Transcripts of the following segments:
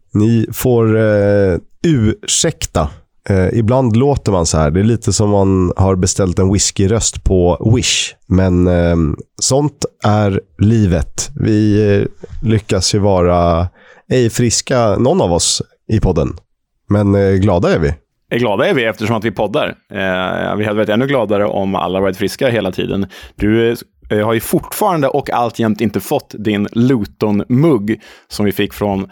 Ni får ursäkta. Ibland låter man så här. Det är lite som man har beställt en whiskyröst på Wish. Men sånt är livet. Vi lyckas ju vara ej friska, någon av oss i podden. Men glada är vi. Glada är vi eftersom att vi poddar. Vi hade varit ännu gladare om alla varit friska hela tiden. Du har ju fortfarande och alltjämt inte fått din Luton-mugg som vi fick från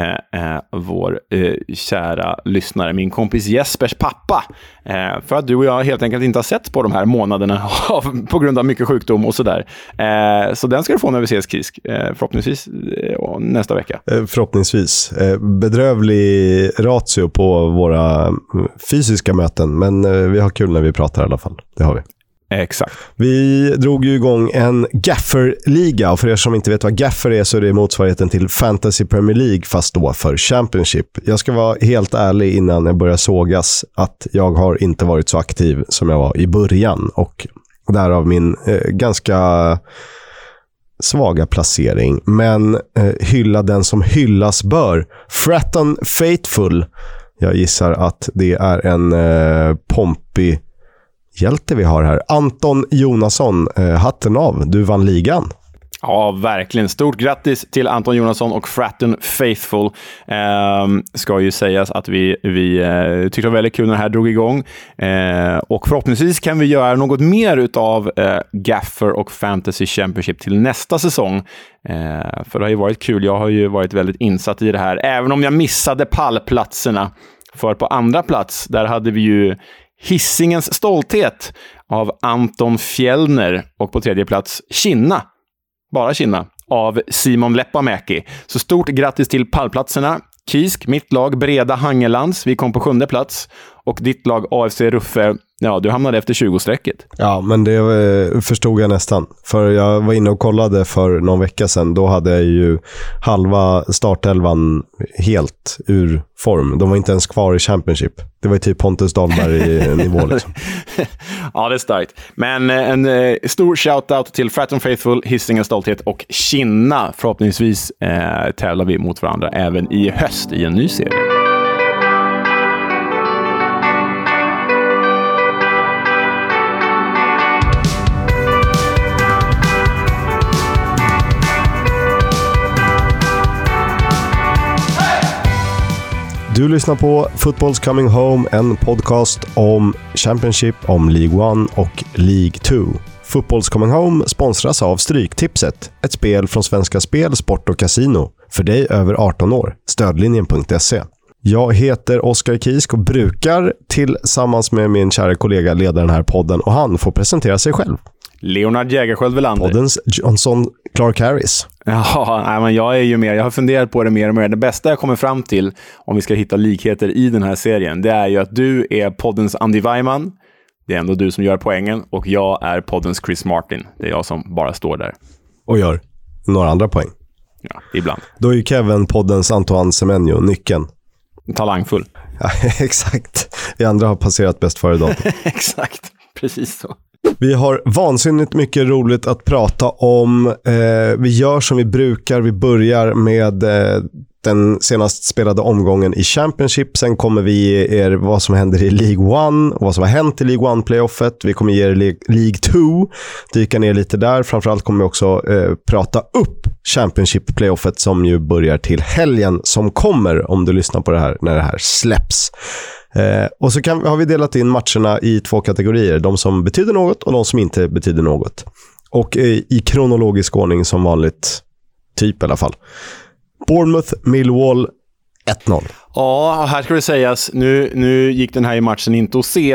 vår kära lyssnare, min kompis Jespers pappa. För att du och jag helt enkelt inte har sett på de här månaderna på grund av mycket sjukdom och sådär. Så den ska du få när vi ses, Kisk. Förhoppningsvis nästa vecka. Förhoppningsvis. Bedrövlig ratio på våra fysiska möten, men vi har kul när vi pratar i alla fall. Det har vi. Exakt. Vi drog ju igång en Gaffer-liga, och för er som inte vet vad Gaffer är så är det motsvarigheten till Fantasy Premier League fast då för Championship. Jag ska vara helt ärlig innan jag börjar sågas att jag har inte varit så aktiv som jag var i början, och därav min ganska svaga placering. Men hylla den som hyllas bör. Fratton Faithful. Jag gissar att det är en pompig hjälte vi har här. Anton Jonasson, hatten av. Du vann ligan. Ja, verkligen. Stort grattis till Anton Jonasson och Fratton Faithful. Ska ju sägas att vi tyckte det var väldigt kul när det här drog igång. Och förhoppningsvis kan vi göra något mer utav Gaffer och Fantasy Championship till nästa säsong. För det har ju varit kul. Jag har ju varit väldigt insatt i det här. Även om jag missade pallplatserna. För på andra plats, där hade vi ju Hisingens stolthet av Anton Fjellner, och på tredje plats Kinna, bara Kinna, av Simon Leppamäki. Så stort grattis till pallplatserna. Kisk, mitt lag, Breda Hangelands, vi kom på 7:e plats, och ditt lag AFC Ruffe, ja, du hamnade efter 20-strecket. Ja, men det förstod jag nästan. För jag var inne och kollade för någon vecka sedan. Då hade jag ju halva startelvan helt ur form. De var inte ens kvar i Championship. Det var ju typ Pontus Dahlberg-nivå liksom. Ja, det är starkt. Men en stor shoutout till Fratton Faithful, Hisingens stolthet och Kinna. Förhoppningsvis tävlar vi mot varandra även i höst i en ny serie. Du lyssnar på Football's Coming Home, en podcast om Championship, om League 1 och League 2. Football's Coming Home sponsras av Stryktipset, ett spel från Svenska Spel, Sport och Casino. För dig över 18 år. Stödlinjen.se. Jag heter Oskar Kisk och brukar tillsammans med min kära kollega leda den här podden, och han får presentera sig själv. Leonard Jägerskiöld Welander. Poddens Johnson Clark Harris. Ja, men jag är ju mer. Jag har funderat på det mer och mer. Det bästa jag kommer fram till, om vi ska hitta likheter i den här serien, det är ju att du är poddens Andy Weimann. Det är ändå du som gör poängen. Och jag är poddens Chris Martin. Det är jag som bara står där. Och gör några andra poäng. Ja, ibland. Då är ju Kevin poddens Antoine Semenyo, nyckeln. Talangfull. Ja, exakt. Vi andra har passerat bäst före datum. Exakt, precis så. Vi har vansinnigt mycket roligt att prata om. Vi gör som vi brukar. Vi börjar med den senast spelade omgången i Championship. Sen kommer vi ge er vad som händer i League 1 och vad som har hänt i League 1-playoffet. Vi kommer ge er League 2, dyka ner lite där. Framförallt kommer vi också prata upp Championship-playoffet som ju börjar till helgen som kommer, om du lyssnar på det här när det här släpps. Och så har vi delat in matcherna i 2 kategorier. De som betyder något och de som inte betyder något. Och i kronologisk ordning som vanligt, typ i alla fall. Bournemouth, Millwall 1-0. Ja, här ska det sägas, nu gick den här matchen inte att se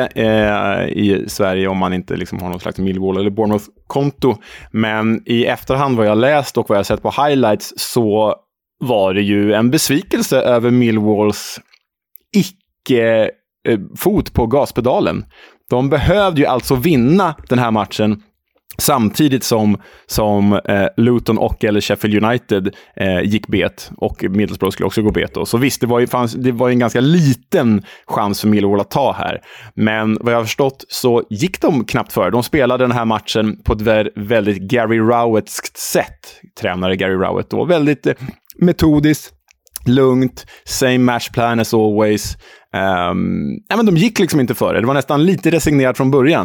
i Sverige om man inte liksom har någon slags Millwall eller Bournemouth-konto. Men i efterhand vad jag läst och vad jag sett på highlights, så var det ju en besvikelse över Millwalls fot på gaspedalen. De behövde ju alltså vinna den här matchen samtidigt som Luton och eller Sheffield United gick bet, och Middlesbrough skulle också gå bet då. Så visst, det var en ganska liten chans för Millwall att ta här. Men vad jag har förstått så gick de knappt för. De spelade den här matchen på ett väldigt Gary Rowettskt sätt. Tränare Gary Rowett då. Väldigt metodiskt. lugnt, same match plan as always. Men de gick liksom inte för det. Det var nästan lite resignerat från början.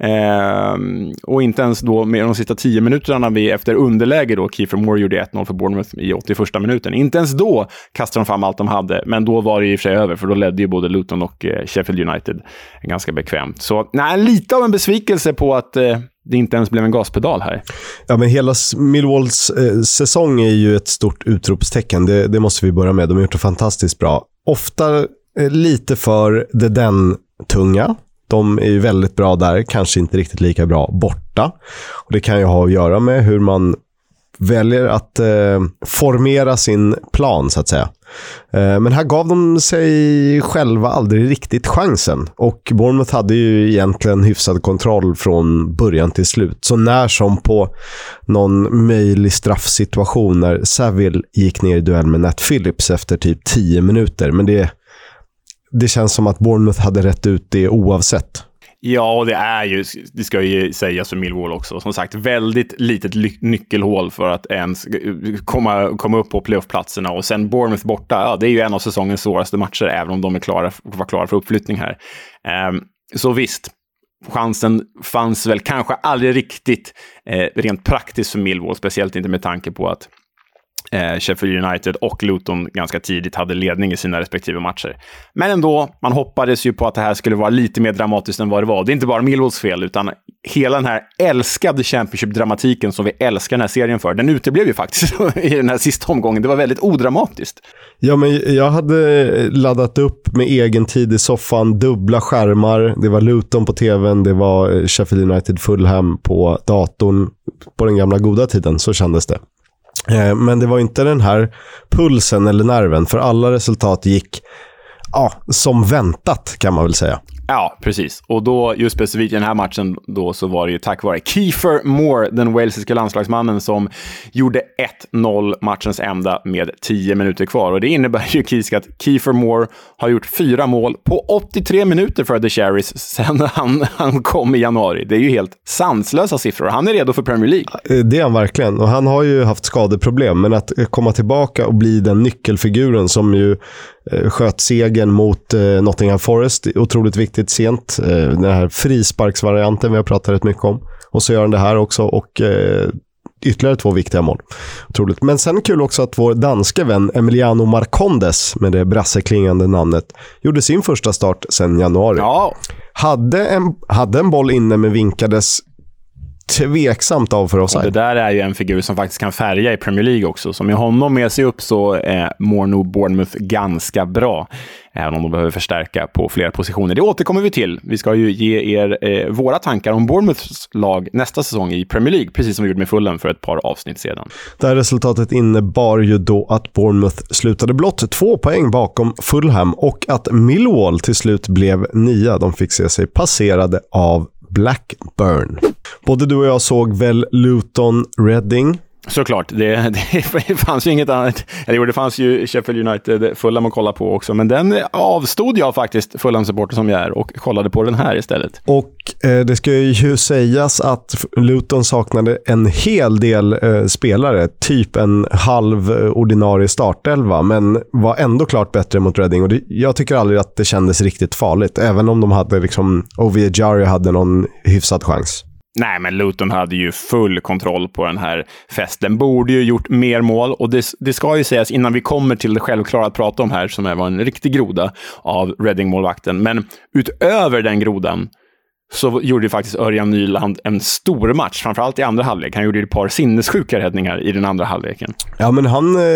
Och inte ens då med de sista 10 minuterna vi efter underläge då Kiefer Moore gjorde 1-0 för Bournemouth i 81:a minuten. Inte ens då kastade de fram allt de hade, men då var det i och för sig över, för då ledde ju både Luton och Sheffield United ganska bekvämt. Så lite av en besvikelse på att det inte ens blev en gaspedal här. Ja, men hela Millwalls säsong är ju ett stort utropstecken. Det måste vi börja med. De har gjort det fantastiskt bra. Ofta lite för den tunga. De är ju väldigt bra där, kanske inte riktigt lika bra borta. Och det kan ju ha att göra med hur man väljer att formera sin plan, så att säga. Men här gav de sig själva aldrig riktigt chansen. Och Bournemouth hade ju egentligen hyfsad kontroll från början till slut. Så när som på någon möjlig straffsituation när Saville gick ner i duell med Nat Phillips efter typ 10 minuter. Men det känns som att Bournemouth hade rätt ut det oavsett. Ja, och det ska ju sägas för Millwall också. Som sagt, väldigt litet nyckelhål för att ens komma upp på playoffplatserna. Och sen Bournemouth borta, det är ju en av säsongens svåraste matcher, även om de var klara för uppflyttning här. Så visst, chansen fanns väl kanske aldrig riktigt rent praktiskt för Millwall, speciellt inte med tanke på att Sheffield United och Luton ganska tidigt hade ledning i sina respektive matcher. Men ändå, man hoppades ju på att det här skulle vara lite mer dramatiskt än vad det var. Det är inte bara Millwalls fel, utan hela den här älskade Championship-dramatiken som vi älskar den här serien för, den uteblev ju faktiskt i den här sista omgången. Det var väldigt odramatiskt. Ja, men jag hade laddat upp med egen tid i soffan, dubbla skärmar. Det var Luton på tvn, det var Sheffield United Fulham på datorn på den gamla goda tiden, så kändes det. Men det var inte den här pulsen eller nerven, för alla resultat gick som väntat, kan man väl säga. Ja, precis. Och då, just specifikt i den här matchen då, så var det ju tack vare Kiefer Moore, den walesiska landslagsmannen, som gjorde 1-0 matchens ända med 10 minuter kvar. Och det innebär ju att Kiefer Moore har gjort 4 mål på 83 minuter för The Cherries sen han kom i januari. Det är ju helt sanslösa siffror. Han är redo för Premier League. Det är han verkligen. Och han har ju haft skadeproblem, men att komma tillbaka och bli den nyckelfiguren som ju sköt segern mot Nottingham Forest, otroligt viktigt sent, den här frisparksvarianten vi har pratat rätt mycket om, och så gör han det här också, och ytterligare 2 viktiga mål. Otroligt. Men sen kul också att vår danske vän Emiliano Marcondes, med det brasseklingande namnet, gjorde sin första start sedan januari. Ja. Hade en boll inne, men vinkades tveksamt av för oss. Det där är ju en figur som faktiskt kan färga i Premier League också. Så med honom med sig upp så mår nog Bournemouth ganska bra. Även om de behöver förstärka på flera positioner. Det återkommer vi till. Vi ska ju ge er våra tankar om Bournemouths lag nästa säsong i Premier League. Precis som vi gjorde med Fulham för ett par avsnitt sedan. Det här resultatet innebar ju då att Bournemouth slutade blott 2 poäng bakom Fulham. Och att Millwall till slut blev 9. De fick se sig passerade av Blackburn. Både du och jag såg väl Luton Reading? Såklart, det fanns ju inget annat. Eller det fanns ju Sheffield United Fulham att kolla på också, men den avstod jag faktiskt, Fulham-supporter som jag är, och kollade på den här istället. Och det ska ju sägas att Luton saknade en hel del spelare, typ en halv ordinarie startelva, men var ändå klart bättre mot Reading. Och jag tycker aldrig att det kändes riktigt farligt, även om de hade liksom, Ovie Ejaria hade någon hyfsad chans. Nej, men Luton hade ju full kontroll på den här festen. Borde ju gjort mer mål, och det ska ju sägas innan vi kommer till det självklara att prata om här, som var en riktig groda av Reading-målvakten. Men utöver den grodan så gjorde ju faktiskt Örjan Nyland en stor match, framförallt i andra halvlek. Han gjorde ett par sinnessjuka räddningar i den andra halvleken. Ja, men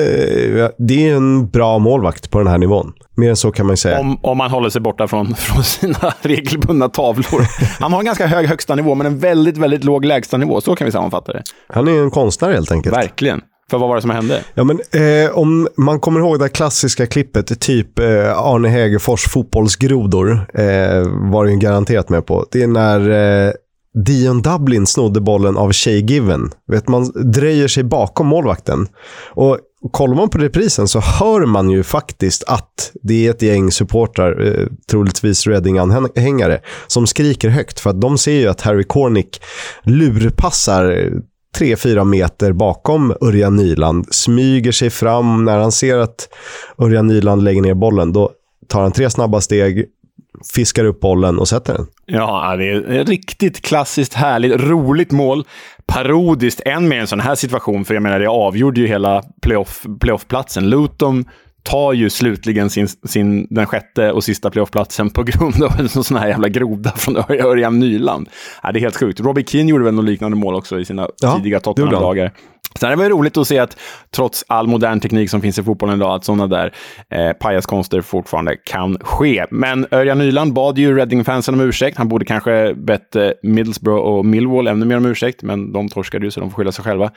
det är en bra målvakt på den här nivån. Mer än så kan man säga. Om man håller sig borta från sina regelbundna tavlor. Han har en ganska hög högsta nivå, men en väldigt, väldigt låg lägsta nivå. Så kan vi sammanfatta det. Han är en konstnär helt enkelt. Verkligen. För vad var det som hände? Ja, men om man kommer ihåg det klassiska klippet, typ Arne Hägerfors fotbollsgrodor, var det ju garanterat med på. Det är när Dion Dublin snodde bollen av Shay Given. Man dröjer sig bakom målvakten. Och kollar man på reprisen så hör man ju faktiskt att det är ett gäng supportrar, troligtvis Reading-anhängare, som skriker högt, för att de ser ju att Harry Cornick lurpassar 3-4 meter bakom Örjan Nyland, smyger sig fram. När han ser att Örjan Nyland lägger ner bollen, då tar han 3 snabba steg, fiskar upp bollen och sätter den. Ja, det är ett riktigt klassiskt, härligt, roligt mål. Parodiskt, än med en sån här situation, för jag menar, det avgjorde ju hela playoffplatsen. Luton tar ju slutligen den 6:e och sista playoffplatsen på grund av en sån här jävla groda från Örjan Nyland. Ja, det är helt sjukt. Robbie Keane gjorde väl något liknande mål också i sina tidiga Tottenham-dagar. Sen är det roligt att se att trots all modern teknik som finns i fotbollen idag, att sådana där pajaskonster fortfarande kan ske. Men Örjan Nyland bad ju Reading-fansen om ursäkt. Han borde kanske bett Middlesbrough och Millwall ännu mer om ursäkt, men de torskade ju så de får skylla sig själva.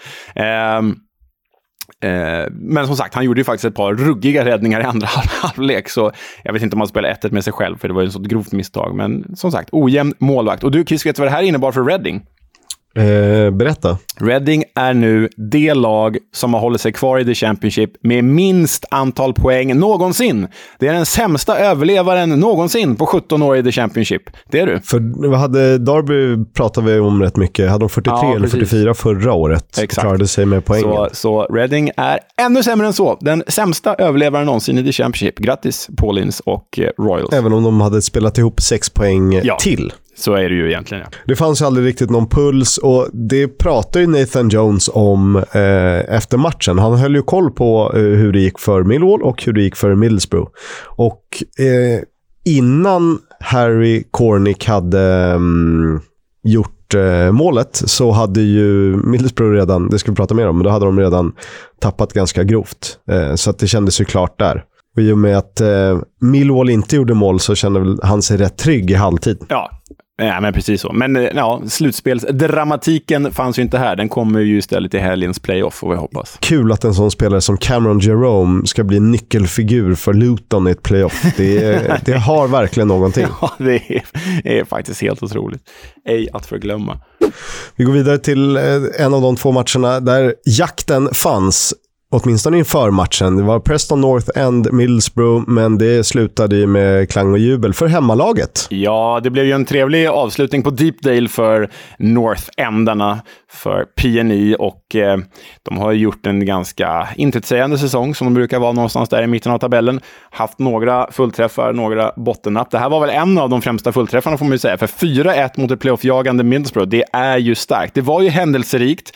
Men som sagt, han gjorde ju faktiskt ett par ruggiga räddningar i andra halvlek, så jag vet inte om han spelade 1-1 med sig själv, för det var ju ett sånt grovt misstag. Men som sagt, ojämn målvakt. Och du, Chris, vet vad det här innebar för Reading? Berätta. Reading är nu det lag som har hållit sig kvar i The Championship med minst antal poäng någonsin. Det är den sämsta överlevaren någonsin på 17 år i The Championship. Det är du. För vad hade Derby, pratade vi om rätt mycket. Hade de 43 eller 44 förra året? Exakt. Klarade sig med poängen. Så Reading är ännu sämre än så. Den sämsta överlevaren någonsin i The Championship. Grattis Paulins och Royals. Även om de hade spelat ihop 6 poäng till. Så är det ju egentligen. Ja. Det fanns ju aldrig riktigt någon puls, och det pratar ju Nathan Jones om efter matchen. Han höll ju koll på hur det gick för Millwall och hur det gick för Middlesbrough. Och innan Harry Cornick hade gjort målet, så hade ju Middlesbrough redan, det ska vi prata mer om, men då hade de redan tappat ganska grovt. Så att det kändes ju klart där. Och i och med att Millwall inte gjorde mål, så kände väl han sig rätt trygg i halvtid. Ja, men precis så. Men slutspelsdramatiken fanns ju inte här. Den kommer ju istället i helgens playoff, får vi hoppas. Kul att en sån spelare som Cameron Jerome ska bli nyckelfigur för Luton i ett playoff. Det har verkligen någonting. Ja, det är faktiskt helt otroligt. Ej att förglömma. Vi går vidare till en av de 2 matcherna där jakten fanns. Åtminstone inför matchen. Det var Preston North End, Middlesbrough, men det slutade ju med klang och jubel för hemmalaget. Ja, det blev ju en trevlig avslutning på Deepdale för North Endarna, för PNI, och de har gjort en ganska intetsägande säsong som de brukar vara någonstans där i mitten av tabellen. Haft några fullträffar, några bottennapp. Det här var väl en av de främsta fullträffarna, får man ju säga, för 4-1 mot ett playoffjagande Middlesbrough. Det är ju starkt. Det var ju händelserikt.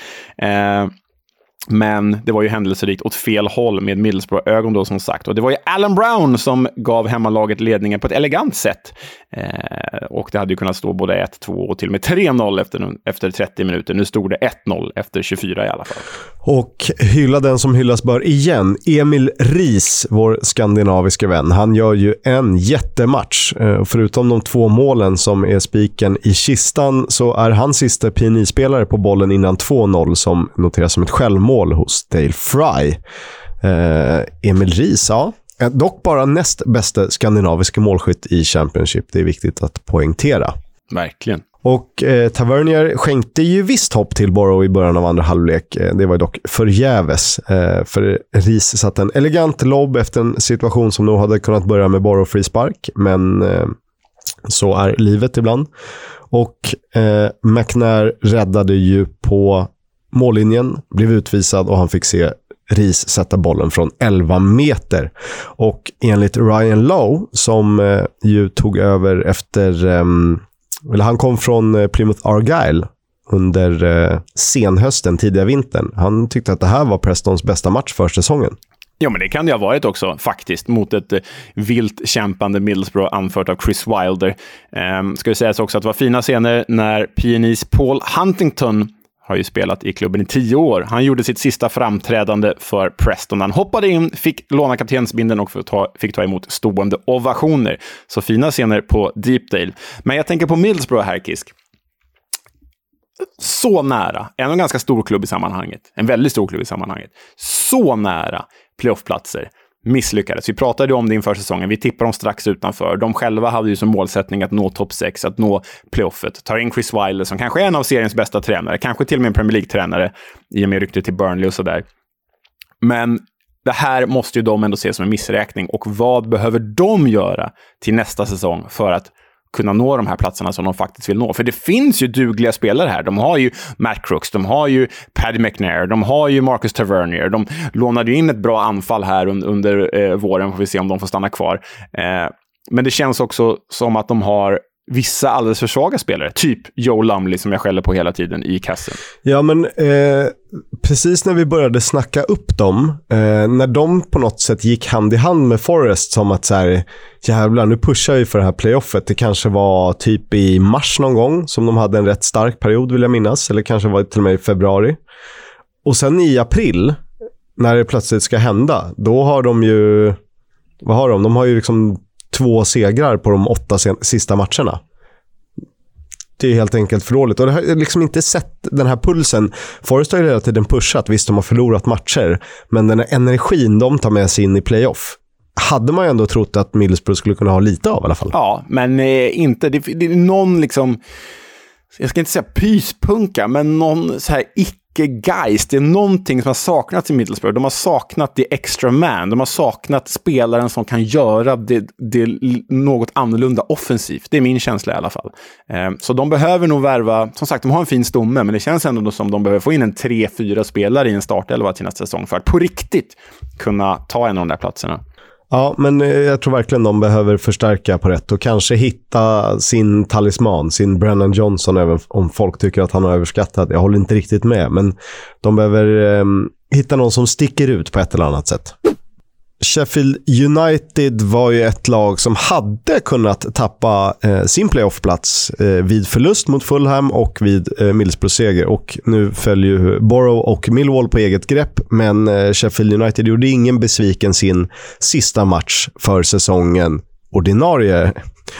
Men det var ju händelserikt åt fel håll med Middlesbrough-ögon då, som sagt. Och det var ju Alan Brown som gav hemmalaget ledningen på ett elegant sätt. Och det hade ju kunnat stå både 1-2 och till och med 3-0 efter 30 minuter. Nu stod det 1-0 efter 24 i alla fall. Och hylla den som hyllas bör igen. Emil Ries, vår skandinaviska vän. Han gör ju en jättematch. Förutom de 2 målen som är spiken i kistan, så är han sista PNI-spelare på bollen innan 2-0, som noteras som ett självmål hos Dale Fry. Emil Ries, ja. Dock bara näst bästa skandinaviska målskytt i Championship. Det är viktigt att poängtera. Verkligen. Och Tavernier skänkte ju visst hopp till Borough i början av andra halvlek. Det var dock förgäves. För Ries satt en elegant lobb efter en situation som nog hade kunnat börja med Borough frispark. Men så är livet ibland. Och McNair räddade ju på mållinjen, blev utvisad, och han fick se Ries sätta bollen från 11 meter. Och enligt Ryan Lowe, som ju tog över efter eller han kom från Plymouth Argyle under senhösten, tidiga vintern. Han tyckte att det här var Prestons bästa match för säsongen. Ja, men det kan det ha varit också, faktiskt, mot ett vilt kämpande Middlesbrough anfört av Chris Wilder. Ska det sägas också att det var fina scener när PNIs Paul Huntington har ju spelat i klubben i 10 år. Han gjorde sitt sista framträdande för Preston. Han hoppade in, fick låna kaptensbindeln och fick ta emot stående ovationer. Så fina scener på Deepdale. Men jag tänker på Middlesbrough här, Kisk. Så nära. En ganska stor klubb i sammanhanget. En väldigt stor klubb i sammanhanget. Så nära playoffplatser. Misslyckades. Vi pratade om det inför säsongen. Vi tippar dem strax utanför. De själva hade ju som målsättning att nå topp 6, att nå playoffet. Tar in Chris Wilder som kanske är en av seriens bästa tränare. Kanske till och med en Premier League-tränare i och med ryktet till Burnley och sådär. Men det här måste ju de ändå se som en missräkning. Och vad behöver de göra till nästa säsong för att kunna nå de här platserna som de faktiskt vill nå. För det finns ju dugliga spelare här. De har ju Matt Crooks, de har ju Paddy McNair, de har ju Marcus Tavernier. De lånade ju in ett bra anfall här under våren, får vi se om de får stanna kvar. Men det känns också som att de har vissa alldeles för svaga spelare. Typ Joe Lumley som jag skäller på hela tiden i kassen. Ja, men precis när vi började snacka upp dem, när de på något sätt gick hand i hand med Forest som att så här, jävlar, nu pushar vi för det här playoffet. Det kanske var typ i mars någon gång som de hade en rätt stark period, vill jag minnas. Eller kanske var det till och med i februari. Och sen i april, när det plötsligt ska hända, då har de ju, vad har de? De har ju liksom 2 segrar på de 8 sista matcherna. Det är helt enkelt för dåligt. Och det har liksom inte sett den här pulsen. Forrest har ju hela tiden pushat. Visst, de har förlorat matcher. Men den här energin de tar med sig in i playoff hade man ju ändå trott att Middlesbrough skulle kunna ha lite av i alla fall. Ja, men inte. Det är någon liksom, jag ska inte säga pyspunka, men någon så här icke-geist. Det är någonting som har saknats i Middlesbrough. De har saknat the extra man. De har saknat spelaren som kan göra det något annorlunda offensivt. Det är min känsla i alla fall. Så de behöver nog värva, som sagt, de har en fin stomme, men det känns ändå som de behöver få in en 3-4 spelare i en startelva till nästa säsong för att på riktigt kunna ta en av de där platserna. Ja, men jag tror verkligen de behöver förstärka på rätt och kanske hitta sin talisman, sin Brennan Johnson, även om folk tycker att han har överskattat. Jag håller inte riktigt med, men de behöver hitta någon som sticker ut på ett eller annat sätt. Sheffield United var ju ett lag som hade kunnat tappa sin playoffplats vid förlust mot Fulham och vid Middlesbrough-seger. Och nu följer ju Borough och Millwall på eget grepp, men Sheffield United gjorde ingen besviken sin sista match för säsongen. Ordinarie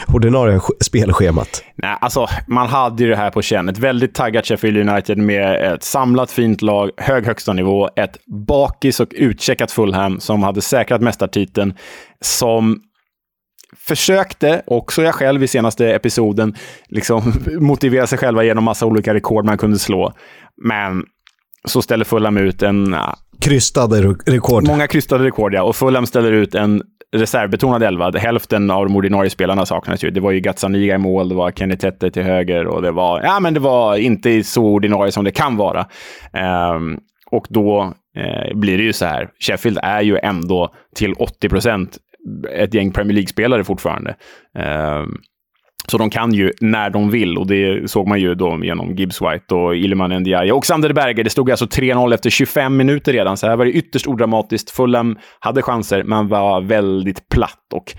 spelschemat. Nej, alltså man hade ju det här på känn. Ett väldigt taggat Sheffield United med ett samlat fint lag, hög högsta nivå, ett bakis och utcheckat Fulham som hade säkrat mästartiteln, som försökte, också jag själv i senaste episoden, liksom motivera sig själva genom massa olika rekord man kunde slå. Men så ställer Fulham ut en krystade rekord. Många krystade rekord, ja. Och Fulham ställer ut en reservbetonad 11. Hälften av de ordinarie spelarna saknas ju. Det var ju Gazzaniga i mål, det var Kenny Tete till höger och det var inte så ordinarie som det kan vara. Och då blir det ju så här. Sheffield är ju ändå till 80% ett gäng Premier League-spelare fortfarande. Så de kan ju när de vill, och det såg man ju då genom Gibbs White och Iliman Ndiaye och Xander Berger. Det stod alltså 3-0 efter 25 minuter redan, så här var det ytterst odramatiskt. Fulham hade chanser, men var väldigt platt. Och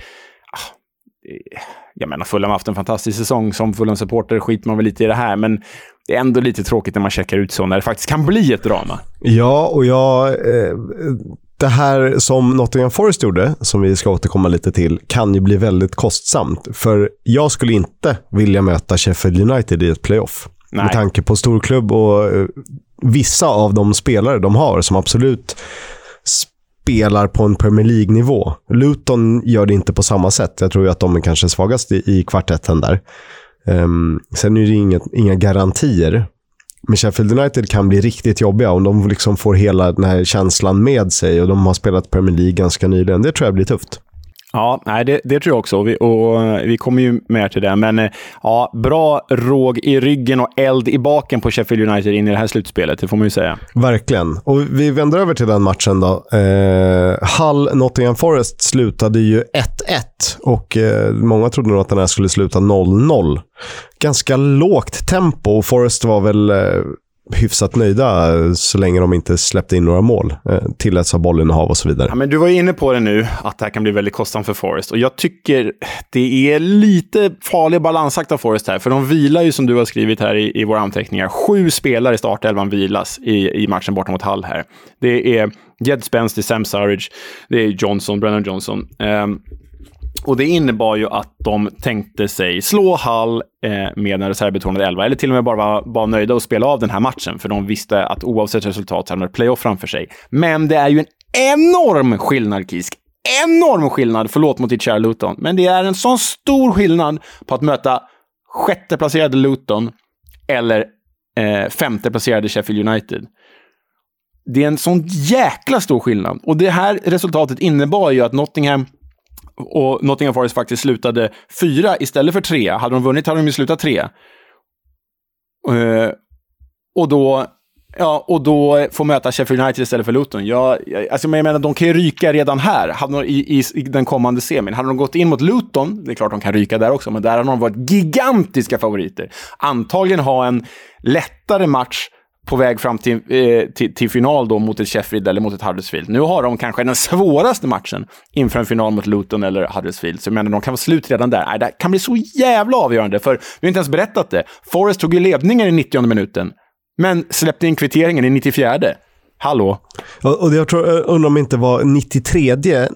jag menar, Fulham har haft en fantastisk säsong. Som Fulham-supporter skiter man väl lite i det här, men det är ändå lite tråkigt när man checkar ut så, när det faktiskt kan bli ett drama. Ja, och det här som Nottingham Forest gjorde, som vi ska återkomma lite till, kan ju bli väldigt kostsamt. För jag skulle inte vilja möta Sheffield United i ett playoff. Nej. Med tanke på storklubb och vissa av de spelare de har som absolut spelar på en Premier League-nivå. Luton gör det inte på samma sätt. Jag tror ju att de är kanske svagast i kvartetten där. Sen är det inga garantier. Men Sheffield United kan bli riktigt jobbiga om de liksom får hela den här känslan med sig, och de har spelat Premier League ganska nyligen. Det tror jag blir tufft. Ja, nej, det tror jag också. Vi kommer ju mer till det. Men ja, bra råg i ryggen och eld i baken på Sheffield United in i det här slutspelet, det får man ju säga. Verkligen. Och vi vänder över till den matchen då. Hull Nottingham Forest slutade ju 1-1 och många trodde nog att den här skulle sluta 0-0. Ganska lågt tempo, och Forest var väl hyfsat nöjda så länge de inte släppte in några mål, tilläts av bollinnehav och så vidare. Ja, men du var inne på det nu, att det här kan bli väldigt kostsamt för Forest, och jag tycker det är lite farlig balansakt av Forest här, för de vilar ju, som du har skrivit här i våra anteckningar, 7 spelare i startelvan vilas i matchen borta mot Hull här. Det är Jed Spence, det är Sam Surridge, det är Brennan Johnson. Och det innebar ju att de tänkte sig slå Hull med en reservbetonad 11, eller till och med bara vara nöjda och spela av den här matchen, för de visste att oavsett resultat hade de ett playoff framför sig. Men det är ju en enorm skillnad, Kisk. Enorm skillnad, förlåt mot ditt kära Luton. Men det är en sån stor skillnad på att möta sjätteplacerade Luton eller femteplacerade Sheffield United. Det är en sån jäkla stor skillnad. Och det här resultatet innebar ju att Nottingham och Nottingham Forest faktiskt slutade 4 istället för 3. Hade de vunnit hade de ju slutat 3. Och då får möta Sheffield United istället för Luton. Jag menar, de kan ju ryka redan här i den kommande semin. Hade de gått in mot Luton, det är klart de kan ryka där också, men där har de varit gigantiska favoriter. Antagligen ha en lättare match på väg fram till final då mot ett Sheffield eller mot ett Huddersfield. Nu har de kanske den svåraste matchen inför en final mot Luton eller Huddersfield. Så jag menar, de kan vara slut redan där. Nej, det kan bli så jävla avgörande, för vi har inte ens berättat det. Forest tog ju ledningen i 90:e minuten, men släppte in kvitteringen i 94:e. Hallå? Och jag undrar om det inte var 93:e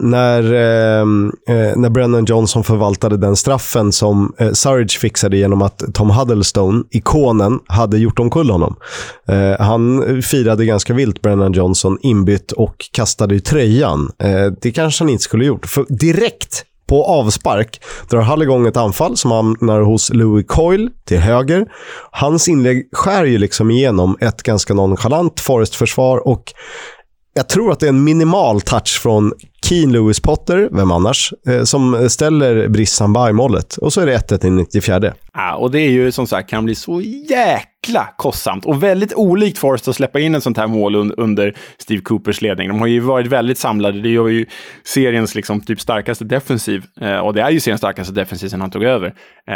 när Brennan Johnson förvaltade den straffen som Surridge fixade genom att Tom Huddlestone, ikonen, hade gjort omkull honom. Han firade ganska vilt, Brennan Johnson, inbytt och kastade i tröjan. Det kanske han inte skulle gjort. För direkt på avspark drar Hull igång ett anfall som hamnar hos Louis Coyle till höger. Hans inlägg skär ju liksom igenom ett ganska nonchalant Forest-försvar, och jag tror att det är en minimal touch från Keane Lewis Potter, vem annars, som ställer Brissan i målet. Och så är det 1-1 i 94:e. Ja, och det är ju som sagt, kan bli så jäkla kostsamt och väldigt olikt Forest att släppa in en sånt här mål under Steve Coopers ledning. De har ju varit väldigt samlade. Det är ju seriens liksom typ starkaste defensiv, och det är ju seriens starkaste defensiv sedan han tog över.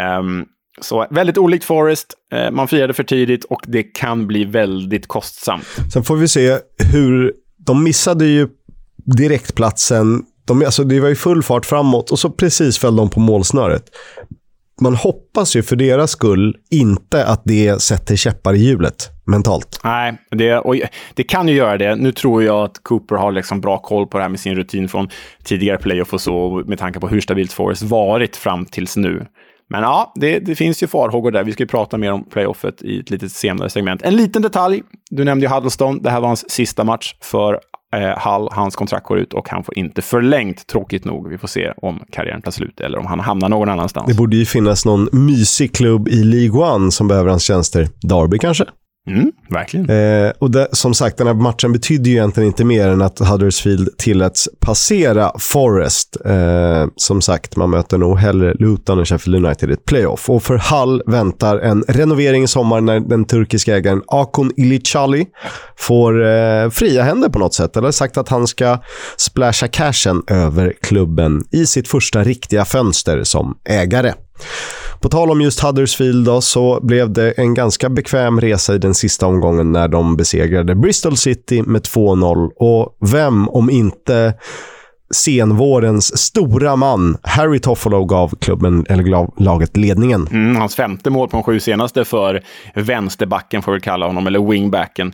Så väldigt olikt Forest. Man firade för tidigt och det kan bli väldigt kostsamt. Sen får vi se hur de missade ju direktplatsen. Det var ju full fart framåt och så precis föll de på målsnöret. Man hoppas ju för deras skull inte att det sätter käppar i hjulet mentalt. Nej, det kan ju göra det. Nu tror jag att Cooper har liksom bra koll på det här med sin rutin från tidigare playoff och så, med tanke på hur stabilt Forest varit fram tills nu. Men ja, det finns ju farhågor där. Vi ska ju prata mer om playoffet i ett lite senare segment. En liten detalj. Du nämnde ju Huddlestone. Det här var hans sista match för Hull. Hans kontrakt går ut och han får inte förlängt, tråkigt nog. Vi får se om karriären tar slut eller om han hamnar någon annanstans. Det borde ju finnas någon mysig klubb i League 1 som behöver hans tjänster. Derby kanske? Verkligen. Och som sagt, den här matchen betyder ju egentligen inte mer än att Huddersfield tilläts passera Forest. Som sagt, man möter nog hellre Luton och Sheffield United i ett playoff. Och för Hull väntar en renovering i sommar när den turkiska ägaren Akon Ilicali får fria händer på något sätt. Eller sagt att han ska splasha cashen över klubben i sitt första riktiga fönster som ägare. På tal om just Huddersfield då, så blev det en ganska bekväm resa i den sista omgången när de besegrade Bristol City med 2-0. Och vem om inte senvårens stora man Harry Toffolo gav klubben eller laget ledningen. Hans 5:e mål på de 7 senaste för vänsterbacken, får vi kalla honom, eller wingbacken.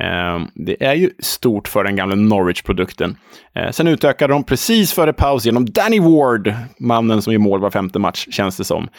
Det är ju stort för den gamla Norwich-produkten. Sen utökade de precis före paus genom Danny Ward, mannen som gör mål var 5:e match, känns det som.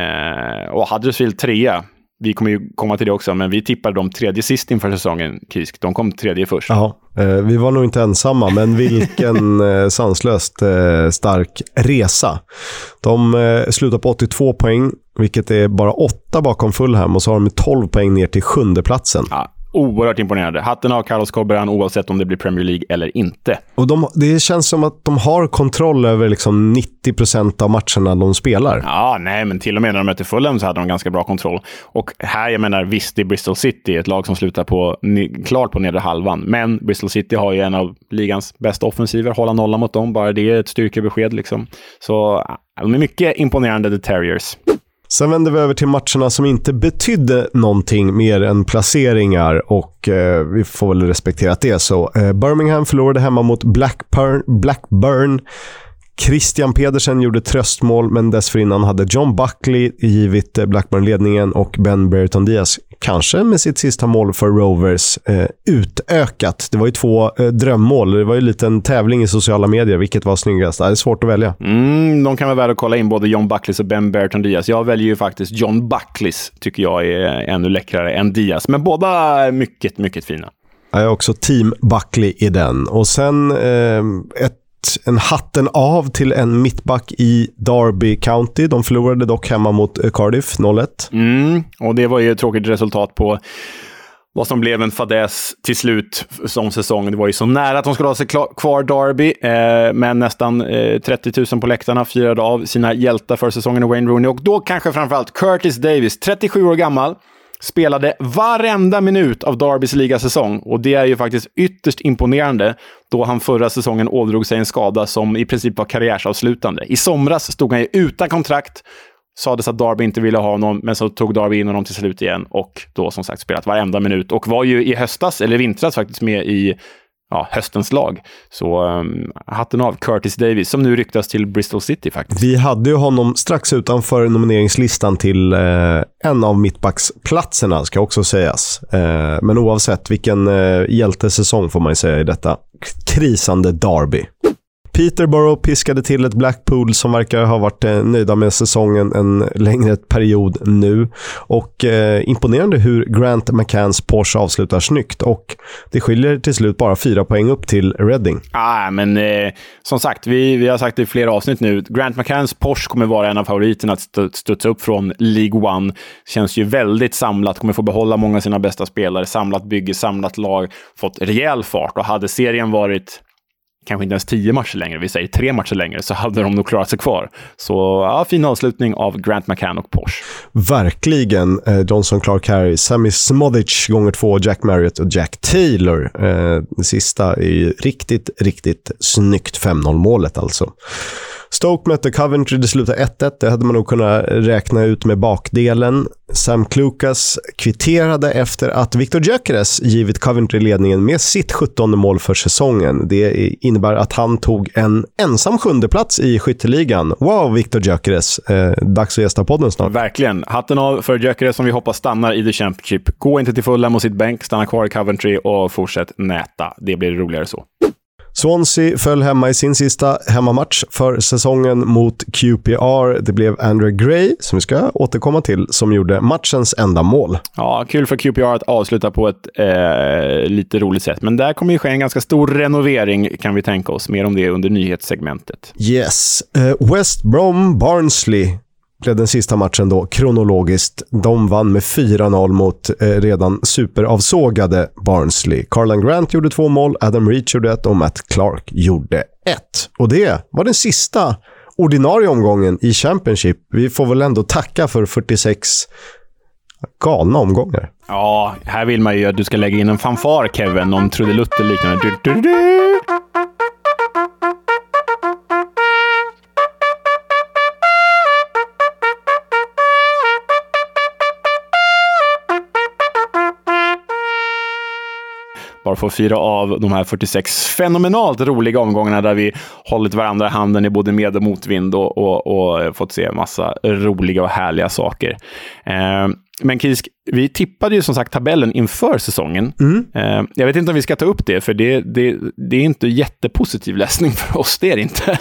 Och Huddersfield 3. Vi kommer ju komma till det också, men vi tippade dem 3:e sist inför säsongen, Kisk. De kom 3:e först. Ja, vi var nog inte ensamma, men vilken sanslöst stark resa. De slutar på 82 poäng, vilket är bara 8 bakom Fulham, och så har de 12 poäng ner till 7:e platsen. Ja. Oerhört imponerande. Hatten av Carlos Corberan oavsett om det blir Premier League eller inte. Och det känns som att de har kontroll över liksom 90% av matcherna de spelar. Ja, nej, men till och med när de möter Fulham så hade de ganska bra kontroll. Och här, jag menar, visst, det är Bristol City, ett lag som slutar klart på nedre halvan. Men Bristol City har ju en av ligans bästa offensiver. Hålla nolla mot dem, bara det är ett styrkebesked liksom. Så de är mycket imponerande, The Terriers. Sen vänder vi över till matcherna som inte betydde någonting mer än placeringar, och vi får väl respektera att det är så. Birmingham förlorade hemma mot Blackburn. Christian Pedersen gjorde tröstmål, men dessförinnan hade John Buckley givit Blackburn-ledningen och Ben Brereton Diaz, kanske med sitt sista mål för Rovers, utökat. Det var ju 2 drömmål. Det var ju lite en tävling i sociala medier, vilket var snyggast. Det är svårt att välja. De kan vara värda att kolla in både John Buckleys och Ben Brereton Diaz. Jag väljer ju faktiskt John Buckleys, tycker jag är ännu läckrare än Diaz. Men båda mycket, mycket fina. Jag är också team Buckley i den. Och sen en hatten av till en mittback i Derby County. De förlorade dock hemma mot Cardiff 0-1. Och det var ju ett tråkigt resultat på vad som blev en fadäs till slut som säsong. Det var ju så nära att de skulle ha sig kvar Derby, men nästan 30 000 på läktarna firade av sina hjältar för säsongen, Wayne Rooney. Och då kanske framförallt Curtis Davies, 37 år gammal, spelade varenda minut av Derbys ligasäsong. Och det är ju faktiskt ytterst imponerande, då han förra säsongen ådrog sig en skada som i princip var karriärsavslutande. I somras stod han ju utan kontrakt. Sades att Derby inte ville ha honom, men så tog Derby in honom till slut igen och då som sagt spelat varenda minut och var ju i höstas, eller vintras faktiskt, med i höstens lag. Så hatten av Curtis Davies som nu ryktas till Bristol City faktiskt. Vi hade ju honom strax utanför nomineringslistan till en av mittbacksplatserna, ska också sägas. Men oavsett vilken hjältesäsong får man ju säga i detta krisande Derby. Peterborough piskade till ett Blackpool som verkar ha varit nöjda med säsongen en längre period nu. Och imponerande hur Grant McCanns Porsche avslutar snyggt. Och det skiljer till slut bara 4 poäng upp till Reading. Men som sagt, vi har sagt det i flera avsnitt nu. Grant McCanns Porsche kommer vara en av favoriterna att studsa upp från League One. Känns ju väldigt samlat, kommer få behålla många av sina bästa spelare. Samlat bygge, samlat lag, fått rejäl fart. Och hade serien varit kanske inte ens 10 matcher längre, vi säger 3 matcher längre, så hade de nog klarat sig kvar. Så fin avslutning av Grant McCann och Porsche. Verkligen. Johnson, Clark, Harry, Sammy Smodic gånger 2, Jack Marriott och Jack Taylor. Det sista är ju riktigt, riktigt snyggt 5-0-målet alltså. Stoke mötte Coventry, det slutade 1-1. Det hade man nog kunnat räkna ut med bakdelen. Sam Clucas kvitterade efter att Victor Gyökeres givit Coventry ledningen med sitt 17:e mål för säsongen. Det innebär att han tog en ensam 7:e plats i skytteligan. Wow, Victor Gyökeres. Dags att gästa podden snart. Verkligen. Hatten av för Gyökeres som vi hoppas stannar i The Championship. Gå inte till Fulham och sitt bänk, stanna kvar i Coventry och fortsätt näta. Det blir roligare så. Swansea föll hemma i sin sista hemmamatch för säsongen mot QPR. Det blev Andrew Gray, som vi ska återkomma till, som gjorde matchens enda mål. Ja, kul för QPR att avsluta på ett lite roligt sätt. Men där kommer ju ske en ganska stor renovering, kan vi tänka oss. Mer om det under nyhetssegmentet. Yes. West Brom Barnsley blev den sista matchen då kronologiskt. De vann med 4-0 mot redan superavsågade Barnsley. Karlan Grant gjorde 2 mål, Adam Reach gjorde 1 och Matt Clark gjorde 1. Och det var den sista ordinarie omgången i Championship. Vi får väl ändå tacka för 46 galna omgångar. Ja, här vill man ju att du ska lägga in en fanfar, Kevin, någon trudelutte liknande. Bara för att fira av de här 46 fenomenalt roliga omgångarna där vi hållit varandra i handen i både med- och motvind och fått se massa roliga och härliga saker. Men Kisk, vi tippade ju som sagt tabellen inför säsongen. Jag vet inte om vi ska ta upp det, för det är inte jättepositiv läsning för oss, det är det inte.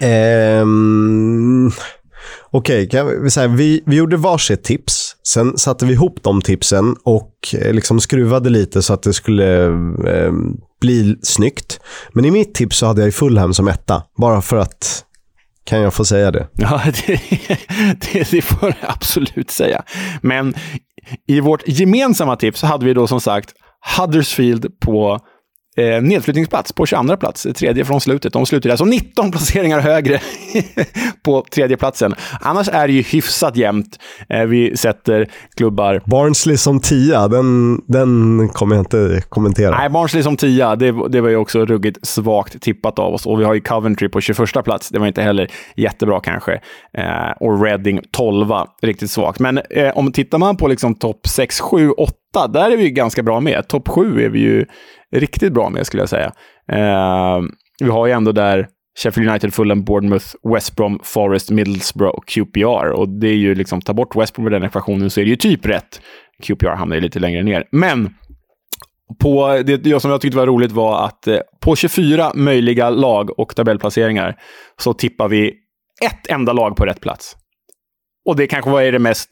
Okej, vi gjorde varsitt tips. Sen satte vi ihop de tipsen och liksom skruvade lite så att det skulle bli snyggt. Men i mitt tips så hade jag ju Fulham som 1. Bara för att, kan jag få säga det? Ja, det får jag absolut säga. Men i vårt gemensamma tips så hade vi då som sagt Huddersfield på nedflyttningsplats på 22 plats, tredje från slutet. De slutade alltså 19 placeringar högre på tredje platsen. Annars är det ju hyfsat jämnt. Vi sätter klubbar. Barnsley som 10, den kommer jag inte kommentera. Nej, Barnsley som 10, det var ju också ruggigt svagt tippat av oss. Och vi har ju Coventry på 21 plats. Det var inte heller jättebra kanske. Och Reading 12, riktigt svagt. Men om tittar man på liksom topp 6, 7, 8, där är vi ju ganska bra med. Topp 7 är vi ju riktigt bra med, skulle jag säga. Vi har ju ändå där Sheffield United, Fulham, Bournemouth, West Brom, Forest, Middlesbrough och QPR. Och det är ju liksom, ta bort West Brom med den ekvationen så är det ju typ rätt. QPR hamnar ju lite längre ner. Men på det som jag tyckte var roligt var att på 24 möjliga lag och tabellplaceringar så tippar vi ett enda lag på rätt plats. Och det kanske var det mest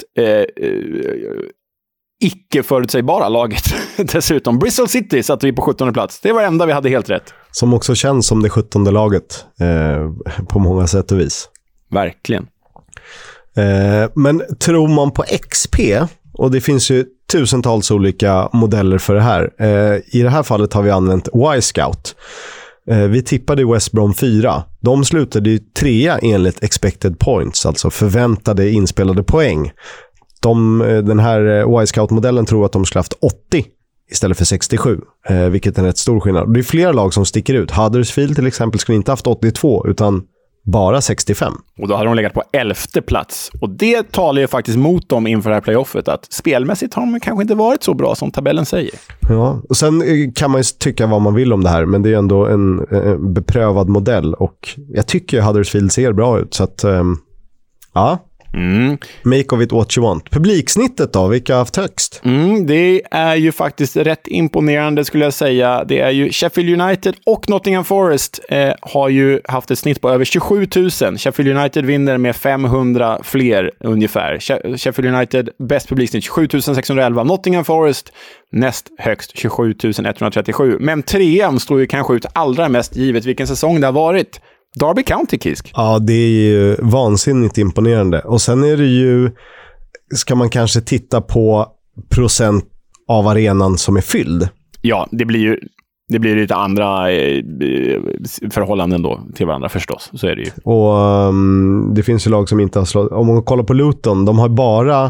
icke förutsägbara laget. Dessutom Bristol City satt vi på 17:e plats. Det var det enda vi hade helt rätt. Som också känns som det 17:e laget på många sätt och vis. Verkligen. Men tror man på XP, och det finns ju tusentals olika modeller för det här. I det här fallet har vi använt Y-Scout. Vi tippade i West Brom 4. De slutade ju 3 enligt expected points, alltså förväntade inspelade poäng. Den här Y-Scout-modellen tror att de skulle haft 80 istället för 67, vilket är en rätt stor skillnad. Det är flera lag som sticker ut. Huddersfield till exempel skulle inte haft 82 utan bara 65. Och då hade de legat på 11:e plats. Och det talar ju faktiskt mot dem inför det här playoffet, att spelmässigt har de kanske inte varit så bra som tabellen säger. Ja, och sen kan man ju tycka vad man vill om det här, men det är ändå en beprövad modell och jag tycker Huddersfield ser bra ut, så att ja. Make of it what you want. Publiksnittet då, vilka har haft högst? Det är ju faktiskt rätt imponerande skulle jag säga. Det är ju Sheffield United och Nottingham Forest har ju haft ett snitt på över 27 000. Sheffield United vinner med 500 fler ungefär. Sheffield United bäst publiksnitt 27 611. Nottingham Forest näst högst 27 137. Men 3:an står ju kanske ut allra mest givet vilken säsong det har varit. Derby County, Kisk. Ja, det är ju vansinnigt imponerande. Och sen är det ju, ska man kanske titta på procent av arenan som är fylld. Ja, det blir lite andra förhållanden då till varandra förstås. Så är det ju. Och det finns ju lag som inte har slått. Om man kollar på Luton, de har bara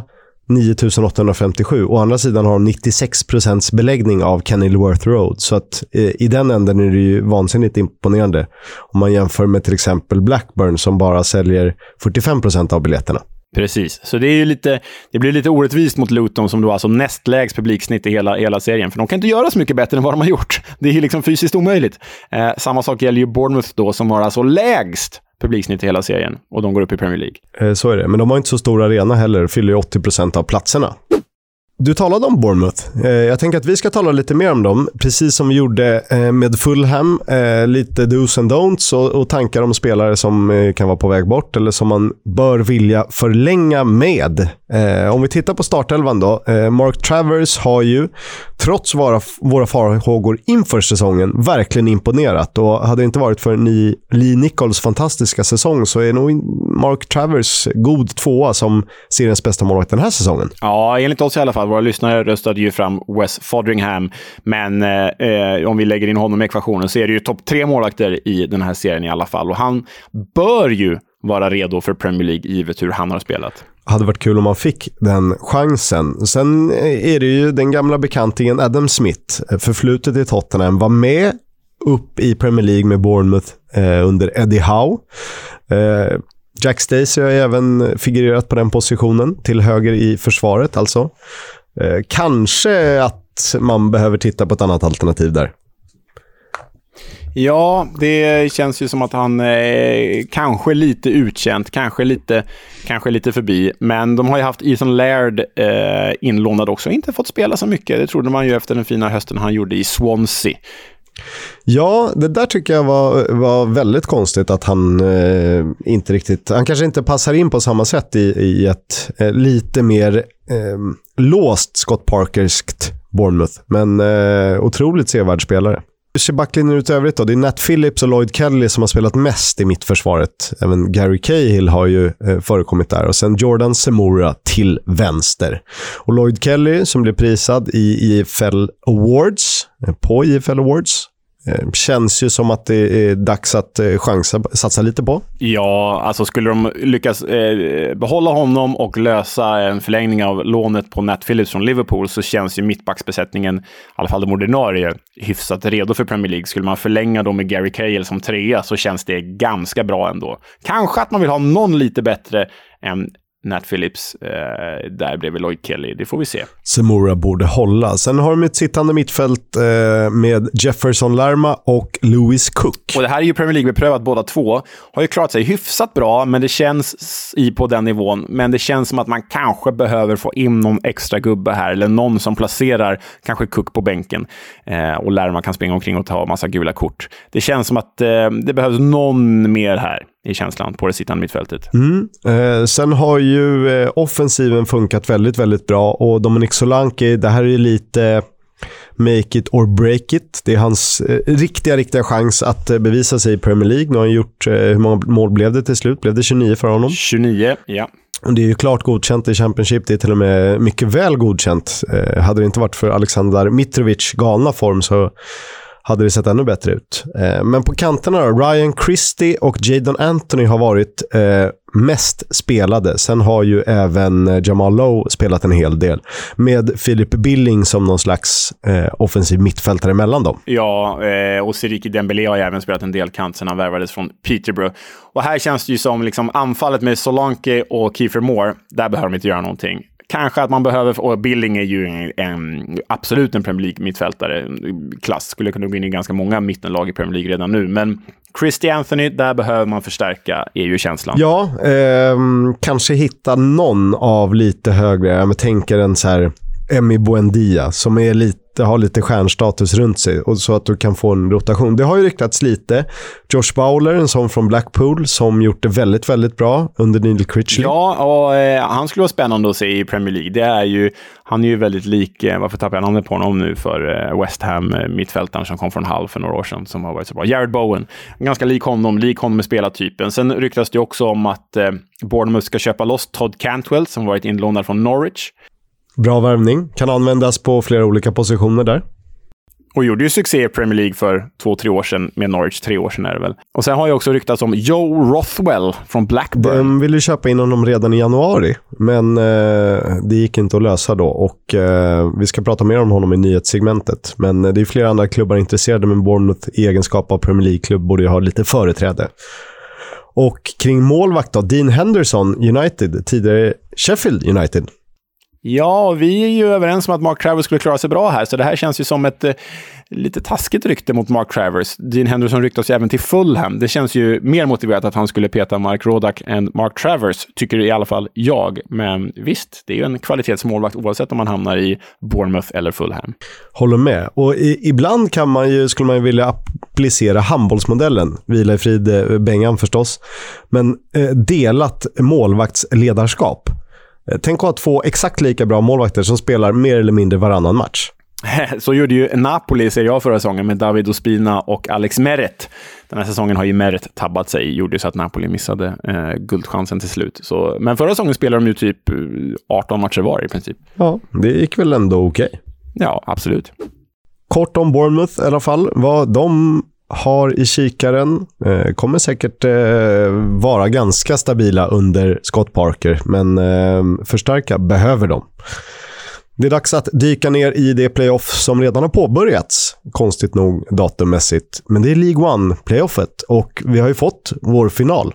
9857. Å andra sidan har de 96% beläggning av Kenilworth Road. Så att i den änden är det ju vansinnigt imponerande. Om man jämför med till exempel Blackburn som bara säljer 45% av biljetterna. Precis, så det blir lite orättvist mot Luton som då alltså nästlägst publiksnitt i hela serien. För de kan inte göra så mycket bättre än vad de har gjort. Det är ju liksom fysiskt omöjligt. Samma sak gäller ju Bournemouth då som har alltså lägst publiksnitt i hela serien och de går upp i Premier League. Så är det, men de har inte så stor arena heller, fyller ju 80% av platserna. Du talade om Bournemouth. Jag tänker att vi ska tala lite mer om dem, precis som vi gjorde med Fulham. Lite do's and don'ts och tankar om spelare som kan vara på väg bort eller som man bör vilja förlänga med. Om vi tittar på startelvan då. Mark Travers har ju, trots våra farhågor inför säsongen, verkligen imponerat. Och hade det inte varit för Lee Nichols fantastiska säsong så är nog Mark Travers god tvåa som seriens bästa målvakt den här säsongen. Ja, enligt oss i alla fall. Våra lyssnare röstade ju fram Wes Foderingham, men om vi lägger in honom i ekvationen så är det ju topp 3 målvakter i den här serien i alla fall. Och han bör ju vara redo för Premier League givet hur han har spelat. Hade varit kul om man fick den chansen. Sen är det ju den gamla bekantingen Adam Smith, förflutet i Tottenham, var med upp i Premier League med Bournemouth under Eddie Howe. Jack Stacey har även figurerat på den positionen till höger i försvaret alltså. Kanske att man behöver titta på ett annat alternativ där. Ja, det känns ju som att han kanske lite utkänt, kanske lite förbi. Men de har ju haft Ethan Laird inlånad också. Inte fått spela så mycket. Det trodde man ju efter den fina hösten han gjorde i Swansea. Ja, det där tycker jag var väldigt konstigt att han inte riktigt... Han kanske inte passar in på samma sätt i ett lite mer låst Scott Parkerskt Bournemouth. Men otroligt sevärd spelare. Backlinjen ut övrigt då, det är Nat Phillips och Lloyd Kelly som har spelat mest i mittförsvaret. Även Gary Cahill har ju förekommit där. Och sen Jordan Zemura till vänster. Och Lloyd Kelly som blev prisad i IFL Awards, på IFL Awards. Känns ju som att det är dags att satsa lite på. Ja, alltså skulle de lyckas behålla honom och lösa en förlängning av lånet på Nat Phillips från Liverpool så känns ju mittbacksbesättningen, i alla fall de ordinarie, hyfsat redo för Premier League. Skulle man förlänga dem med Gary Cahill som 3 så känns det ganska bra ändå. Kanske att man vill ha någon lite bättre än Nat Phillips där bredvid Lloyd Kelly. Det får vi se. Zemura borde hålla. Sen har de ett sittande mittfält med Jefferson Lerma och Lewis Cook. Och det här är ju Premier League beprövat båda två. Har ju klarat sig hyfsat bra, men det känns på den nivån. Men det känns som att man kanske behöver få in någon extra gubbe här. Eller någon som placerar kanske Cook på bänken. Och Lerma kan springa omkring och ta massa gula kort. Det känns som att det behövs någon mer här i känslan på det sittande mittfältet. Sen har ju offensiven funkat väldigt, väldigt bra och Dominic Solanke, det här är lite make it or break it. Det är hans riktiga chans att bevisa sig i Premier League. Nu har han gjort, hur många mål blev det till slut? Blev det 29 för honom? 29, ja. Det är ju klart godkänt i Championship. Det är till och med mycket väl godkänt. Hade det inte varit för Alexander Mitrovic galna form så hade det sett ännu bättre ut. Men på kanterna då, Ryan Christie och Jadon Anthony har varit mest spelade. Sen har ju även Jamal Lowe spelat en hel del. Med Philip Billing som någon slags offensiv mittfältare mellan dem. Ja, och Siriki Dembélé har ju även spelat en del kant sen han värvades från Peterborough. Och här känns det ju som liksom, anfallet med Solanke och Kiefer Moore, där behöver de inte göra någonting. Kanske att man behöver, och Billing är ju absolut en Premier League-mittfältare klass, skulle kunna gå in i ganska många mittenlag i Premier League redan nu, men Christie Anthony, där behöver man förstärka, är ju känslan. Ja, kanske hitta någon av lite högre, jag tänker en så här Emi Buendia som är har lite stjärnstatus runt sig och så att du kan få en rotation. Det har ju ryktats lite. Josh Bowler, en sån från Blackpool som gjort det väldigt, väldigt bra under Neil Critchley. Ja, och han skulle vara spännande att se i Premier League. Det är ju, han är ju väldigt lik, varför tappar jag namnet på honom nu, för West Ham mittfältaren som kom från Hull för några år sedan som har varit så bra. Jared Bowen, ganska lik honom med spelartypen. Sen ryktas det också om att Bournemouth ska köpa loss Todd Cantwell som varit inlånad från Norwich. Bra värvning. Kan användas på flera olika positioner där. Och gjorde ju succé i Premier League för 2-3 år sedan med Norwich, 3 år sedan är det väl. Och sen har jag också ryktats om Joe Rothwell från Blackburn. De ville köpa in honom redan i januari, men det gick inte att lösa då. Och vi ska prata mer om honom i nyhetssegmentet. Men det är flera andra klubbar intresserade, men Bournemouth i egenskap av Premier League-klubb borde ju ha lite företräde. Och kring målvakt då, Dean Henderson, United, tidigare Sheffield United. Ja, vi är ju överens om att Mark Travers skulle klara sig bra här, så det här känns ju som ett lite taskigt rykte mot Mark Travers. Dean Henderson ryktas ju även till Fulham. Det känns ju mer motiverat att han skulle peta Mark Rodak än Mark Travers, tycker i alla fall jag. Men visst, det är ju en kvalitetsmålvakt oavsett om man hamnar i Bournemouth eller Fulham. Håller med. Och ibland skulle man ju vilja applicera handbollsmodellen. Vila i frid Bengan förstås. Men delat målvaktsledarskap. Tänk att få exakt lika bra målvakter som spelar mer eller mindre varannan match. Så gjorde ju Napoli, ser jag, förra säsongen med David Ospina och Alex Meret. Den här säsongen har ju Meret tabbat sig, gjorde så att Napoli missade guldchansen till slut. Så, men förra säsongen spelade de ju typ 18 matcher var i princip. Ja, det gick väl ändå okej. Ja, absolut. Kort om Bournemouth i alla fall. Vad de har i kikaren kommer säkert vara ganska stabila under Scott Parker, men förstärka behöver de. Det är dags att dyka ner i det playoff som redan har påbörjats, konstigt nog datummässigt, men det är League One playoffet och vi har ju fått vår final.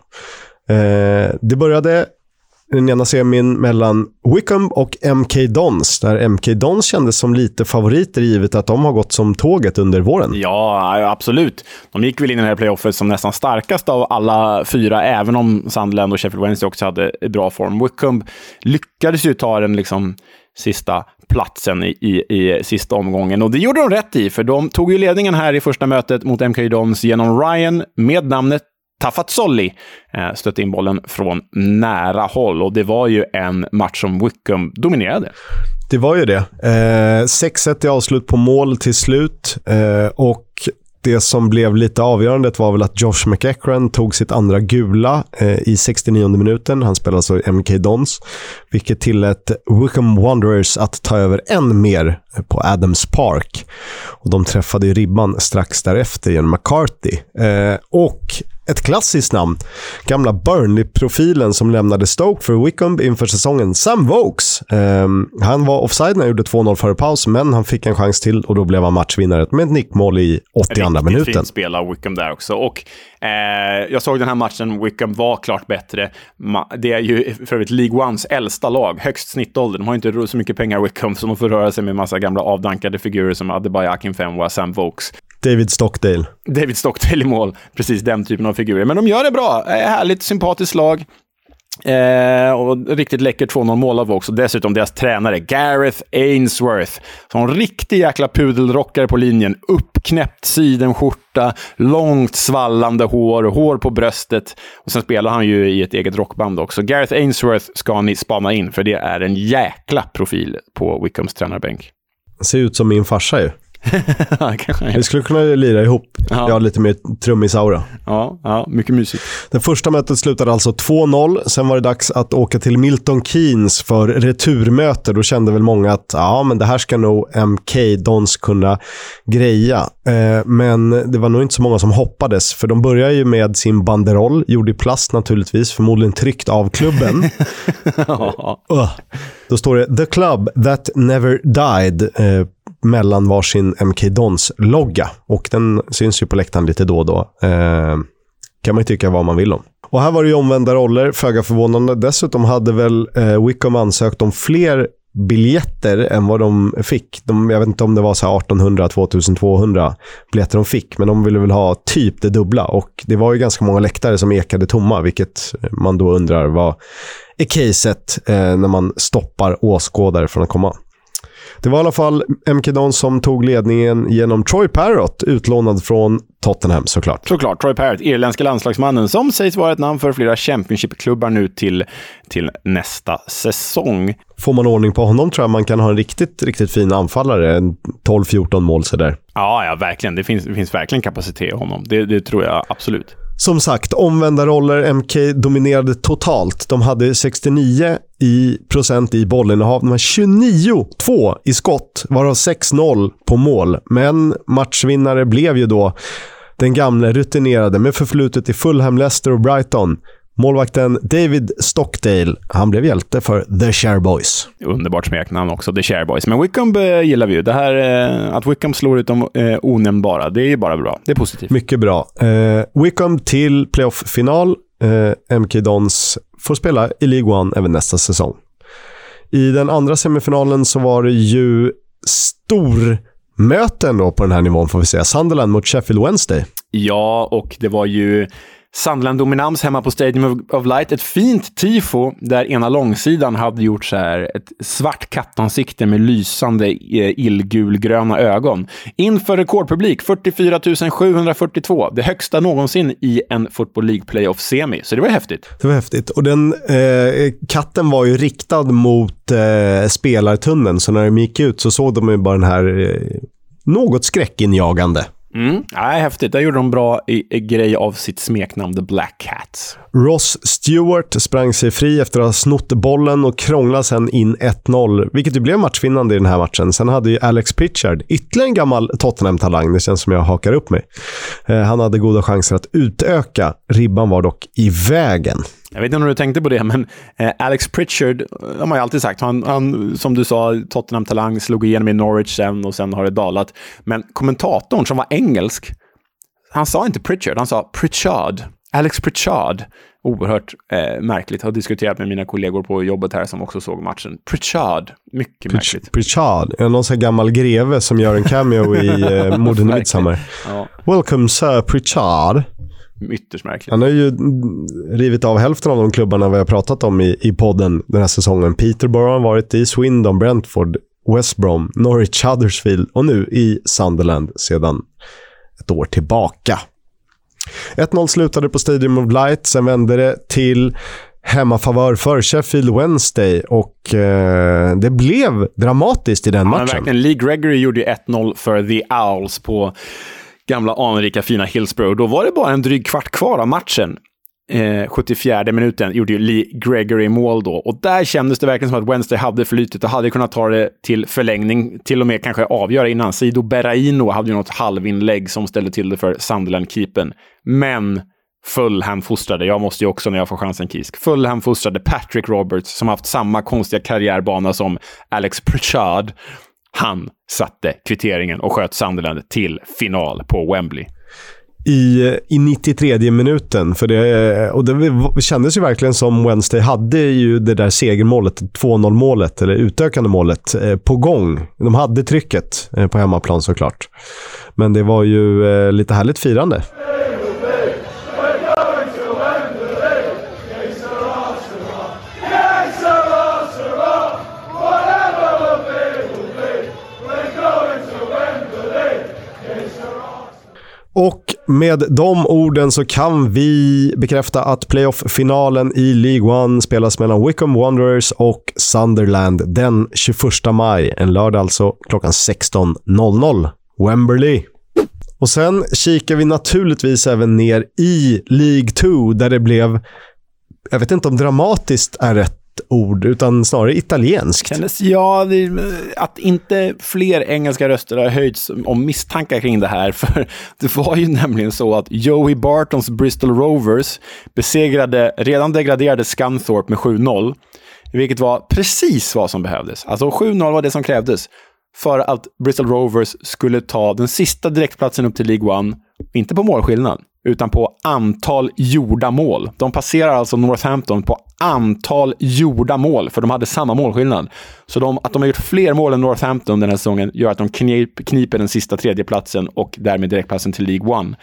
Det började den ena semin mellan Wycombe och MK Dons, där MK Dons kändes som lite favoriter givet att de har gått som tåget under våren. Ja, absolut. De gick väl in i det här playoffet som nästan starkast av alla 4, även om Sunderland och Sheffield Wednesday också hade bra form. Wycombe lyckades ju ta den liksom sista platsen i sista omgången, och det gjorde de rätt i, för de tog ju ledningen här i första mötet mot MK Dons genom Ryan med namnet Tafazzoli stötte in bollen från nära håll, och det var ju en match som Wycombe dominerade. Det var ju det. 6-1 i avslut på mål till slut, och det som blev lite avgörande var väl att Josh McEachran tog sitt andra gula i 69 minuten. Han spelade alltså i MK Dons, vilket tillät Wycombe Wanderers att ta över än mer på Adams Park. Och de träffade ju ribban strax därefter genom McCarthy. Och ett klassiskt namn, gamla Burnley-profilen som lämnade Stoke för Wycombe inför säsongen, Sam Vokes. Han var offside när han gjorde 2-0 före paus, men han fick en chans till och då blev han matchvinnare med ett nickmål i 82 minuten. Riktigt fint spel av Wycombe där också. Och jag såg den här matchen, Wycombe var klart bättre. Det är ju för övrigt League Ones äldsta lag, högst snittålder. De har inte så mycket pengar Wycombe, som de får röra sig med massa gamla avdankade figurer som Adebayo Akinfenwa, Sam Vokes. David Stockdale i mål, precis den typen av figurer. Men de gör det bra, härligt, sympatiskt lag. Och riktigt läckert 2-0 mål av också. Dessutom deras tränare Gareth Ainsworth, som en riktig jäkla pudelrockare på linjen, uppknäppt sidenskjorta, långt svallande hår på bröstet, och sen spelar han ju i ett eget rockband också. Gareth Ainsworth ska ni spana in, för det är en jäkla profil på Wycombes tränarbänk. Ser ut som min farsa ju. Vi skulle kunna lira ihop. Ja. Jag har lite mer trummisaura. Ja, mycket mysigt. Det första mötet slutade alltså 2-0. Sen var det dags att åka till Milton Keynes för returmöte. Då kände väl många att men det här ska nog MK Dons kunna greja. Men det var nog inte så många som hoppades. För de började ju med sin banderoll. Gjord i plast naturligtvis. Förmodligen tryckt av klubben. Då står det The Club That Never Died mellan varsin MK Dons-logga. Och den syns ju på läktaren lite då och då. Kan man ju tycka vad man vill om. Och här var det ju omvända roller, föga förvånande. Dessutom hade väl Wickham ansökt om fler biljetter än vad de fick. Jag vet inte om det var så här 1800-2200 biljetter de fick, men de ville väl ha typ det dubbla. Och det var ju ganska många läktare som ekade tomma, vilket man då undrar vad är caset när man stoppar åskådare från att komma. Det var i alla fall MK Dons som tog ledningen genom Troy Parrott, utlånad från Tottenham såklart. Såklart, Troy Parrott, irländska landslagsmannen som sägs vara ett namn för flera Championship-klubbar nu till nästa säsong. Får man ordning på honom tror jag man kan ha en riktigt fin anfallare, en 12-14 mål så där. Ja, verkligen. Det finns verkligen kapacitet i honom. Det tror jag absolut. Som sagt, omvända roller. MK dominerade totalt. De hade 69% i bollinnehav. De hade 29-2 i skott, varav 6-0 på mål. Men matchvinnare blev ju då den gamla rutinerade med förflutet i Fulham, Leicester och Brighton. Målvakten David Stockdale, han blev hjälte för The Share Boys. Underbart smeknamn också, The Share Boys. Men Wickham gillar vi ju. Det här att Wickham slår ut dem onämnbara, det är ju bara bra. Det är positivt. Mycket bra. Wickham till playoff-final. MK Dons får spela i League One även nästa säsong. I den andra semifinalen så var det ju stormöten då på den här nivån får vi säga. Sunderland mot Sheffield Wednesday. Ja, och det var ju Sunderland-dominans hemma på Stadium of Light. Ett fint tifo där ena långsidan hade gjort så här ett svart kattansikte med lysande illgulgröna ögon. Inför rekordpublik 44 742. Det högsta någonsin i en Football League Playoff semi. Så det var häftigt. Det var häftigt. Och den katten var ju riktad mot spelartunneln. Så när de gick ut så såg de ju bara den här något skräckinjagande. Nej, häftigt. Där gjorde de bra grej av sitt smeknamn The Black Cats. Ross Stewart sprang sig fri efter att ha snott bollen och krånglade sen in 1-0, vilket ju blev matchvinnande i den här matchen. Sen hade ju Alex Pritchard, ytterligare en gammal Tottenham-talang, det känns som jag hakar upp mig. Han hade goda chanser att utöka, ribban var dock i vägen. Jag vet inte om du tänkte på det, men Alex Pritchard, de har ju alltid sagt, han som du sa, Tottenham-talang, slog igenom i Norwich sen och sen har det dalat. Men kommentatorn som var engelsk, han sa inte Pritchard, han sa Pritchard. Alex Pritchard. Oerhört märkligt. Har diskuterat med mina kollegor på jobbet här som också såg matchen. Pritchard. Mycket märkligt. Pritchard. Någon sån gammal greve som gör en cameo i Morden i Midsommar. Ja. Welcome Sir Pritchard. Ytterst märkligt. Han har ju rivit av hälften av de klubbarna vi har pratat om i podden den här säsongen. Peterborough har varit i, Swindon, Brentford, West Brom, Norwich, Huddersfield och nu i Sunderland sedan ett år tillbaka. 1-0 slutade på Stadium of Light, sen vände det till hemmafavör för Sheffield Wednesday och det blev dramatiskt i den matchen. Verkligen. Lee Gregory gjorde 1-0 för The Owls på gamla anrika fina Hillsborough. Då var det bara en dryg kvart kvar av matchen. 74 minuten gjorde ju Lee Gregory mål då. Och där kändes det verkligen som att Wednesday hade flyttat och hade kunnat ta det till förlängning. Till och med kanske avgöra innan. Sido Berraino hade ju något halvinlägg som ställde till det för Sunderland-keepern. Men Fulham fostrade, jag måste ju också när jag får chansen kisk. Fulham fostrade Patrick Roberts som haft samma konstiga karriärbana som Alex Pritchard. Han satte kvitteringen och sköt Sunderland till final på Wembley. I 93 minuten för det kändes ju verkligen som Wednesday hade ju det där segermålet, 2-0 målet eller utökande målet på gång. De hade trycket på hemmaplan såklart. Men det var ju lite härligt firande. Och med de orden så kan vi bekräfta att playoff-finalen i League 1 spelas mellan Wycombe Wanderers och Sunderland den 21 maj. En lördag alltså klockan 16.00 Wembley. Och sen kikar vi naturligtvis även ner i League 2 där det blev, jag vet inte om dramatiskt är rätt ord, utan snarare italienskt. Att inte fler engelska röster har höjts om misstankar kring det här, för det var ju nämligen så att Joey Bartons Bristol Rovers besegrade redan degraderade Scunthorpe med 7-0, vilket var precis vad som behövdes. Alltså 7-0 var det som krävdes för att Bristol Rovers skulle ta den sista direktplatsen upp till League One, inte på målskillnad, utan på antal gjorda mål. De passerar alltså Northampton på antal gjorda mål, för de hade samma målskillnad. Så att de har gjort fler mål än Northampton den här säsongen gör att de kniper den sista tredjeplatsen och därmed direktplatsen till League One.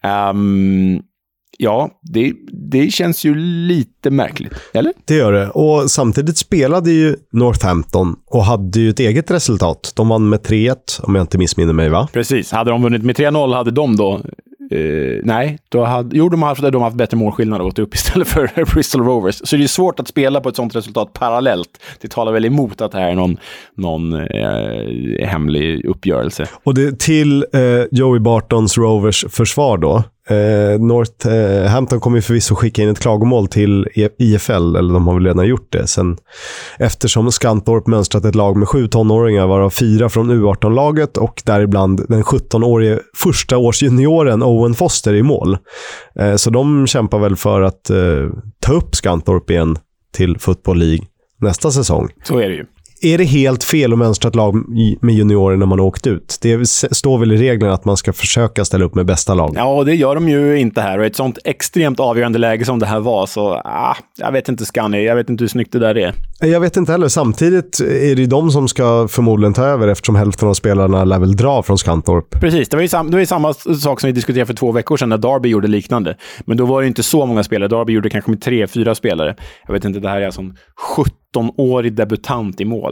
Ja, det känns ju lite märkligt, eller? Det gör det. Och samtidigt spelade ju Northampton och hade ju ett eget resultat. De vann med 3-1, om jag inte missminner mig, va? Precis. Hade de vunnit med 3-0 hade de då... nej, de har haft bättre målskillnad och gått upp istället för Bristol Rovers. Så det är svårt att spela på ett sånt resultat parallellt. Det talar väl emot att det här är någon hemlig uppgörelse. Och det till Joey Bartons Rovers försvar då. Northampton kommer ju förvisso skicka in ett klagomål till IFL, eller de har väl redan gjort det sen, eftersom Scunthorpe mönstrat ett lag med 7 tonåringar, varav 4 från U18-laget och däribland den 17-årige första års junioren Owen Foster i mål. Så de kämpar väl för att ta upp Scunthorpe igen till Football League nästa säsong. Så är det ju. Är det helt fel att mönstra ett lag med juniorer när man har åkt ut? Det står väl i reglerna att man ska försöka ställa upp med bästa lag? Ja, det gör de ju inte här. Och ett sånt extremt avgörande läge som det här var, så jag vet inte, Scanny. Jag vet inte hur snyggt det där är. Jag vet inte heller. Samtidigt är det de som ska förmodligen ta över, eftersom hälften av spelarna lär väl dra från Scunthorpe. Precis, det var ju samma sak som vi diskuterade för 2 veckor sedan när Derby gjorde liknande. Men då var det inte så många spelare. Derby gjorde kanske med 3-4 spelare. Jag vet inte, det här är alltså en 17-årig debutant i mål.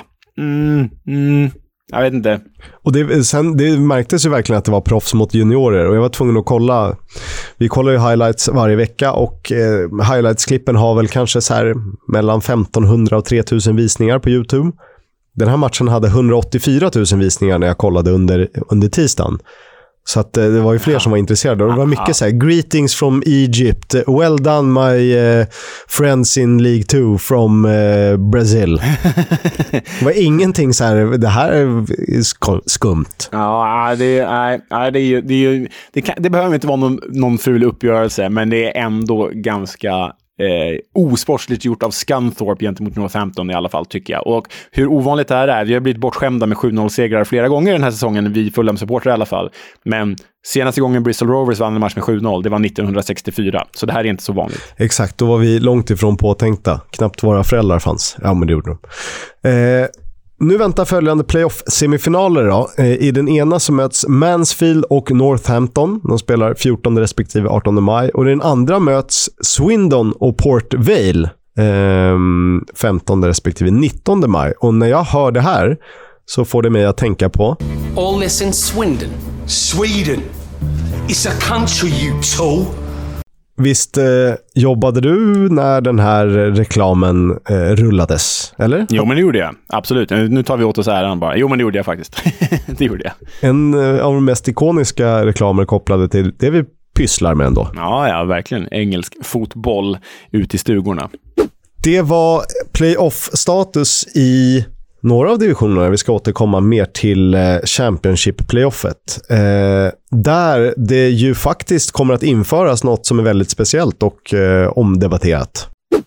Jag vet inte. Och det märktes ju verkligen att det var proffs mot juniorer, och jag var tvungen att kolla. Vi kollar ju highlights varje vecka, och highlights-klippen har väl kanske så här mellan 1500 och 3000 visningar på YouTube. Den här matchen hade 184 000 visningar när jag kollade under tisdagen. Så att det var ju fler som var intresserade. Och det var mycket så här: greetings from Egypt, well done my friends in League 2 from Brazil. Det var ingenting så här, det här är skumt. Ja, det behöver inte vara någon ful uppgörelse, men det är ändå ganska osportsligt gjort av Scunthorpe gentemot Northampton i alla fall, tycker jag. Och hur ovanligt det här är, vi har blivit bortskämda med 7-0-segrar flera gånger den här säsongen, vi Fulham-supporter i alla fall. Men senaste gången Bristol Rovers vann en match med 7-0, det var 1964. Så det här är inte så vanligt. Exakt, då var vi långt ifrån påtänkta. Knappt våra föräldrar fanns. Ja, men det gjorde de. Nu väntar följande playoff-semifinaler då. I den ena så möts Mansfield och Northampton. De spelar 14 respektive 18 maj. Och i den andra möts Swindon och Port Vale 15 respektive 19 maj. Och när jag hör det här så får det mig att tänka på... All this in Swindon. Sweden. It's a country, you tool. Visst jobbade du när den här reklamen rullades, eller? Jo, men det gjorde jag. Absolut. Nu tar vi åt oss äran bara. Jo, men det gjorde jag faktiskt. Det gjorde jag. En av de mest ikoniska reklamer kopplade till det vi pysslar med ändå. Ja, verkligen. Engelsk fotboll ut i stugorna. Det var playoff-status i några av divisionerna. Vi ska återkomma mer till Championship-playoffet. Där det ju faktiskt kommer att införas något som är väldigt speciellt och omdebatterat.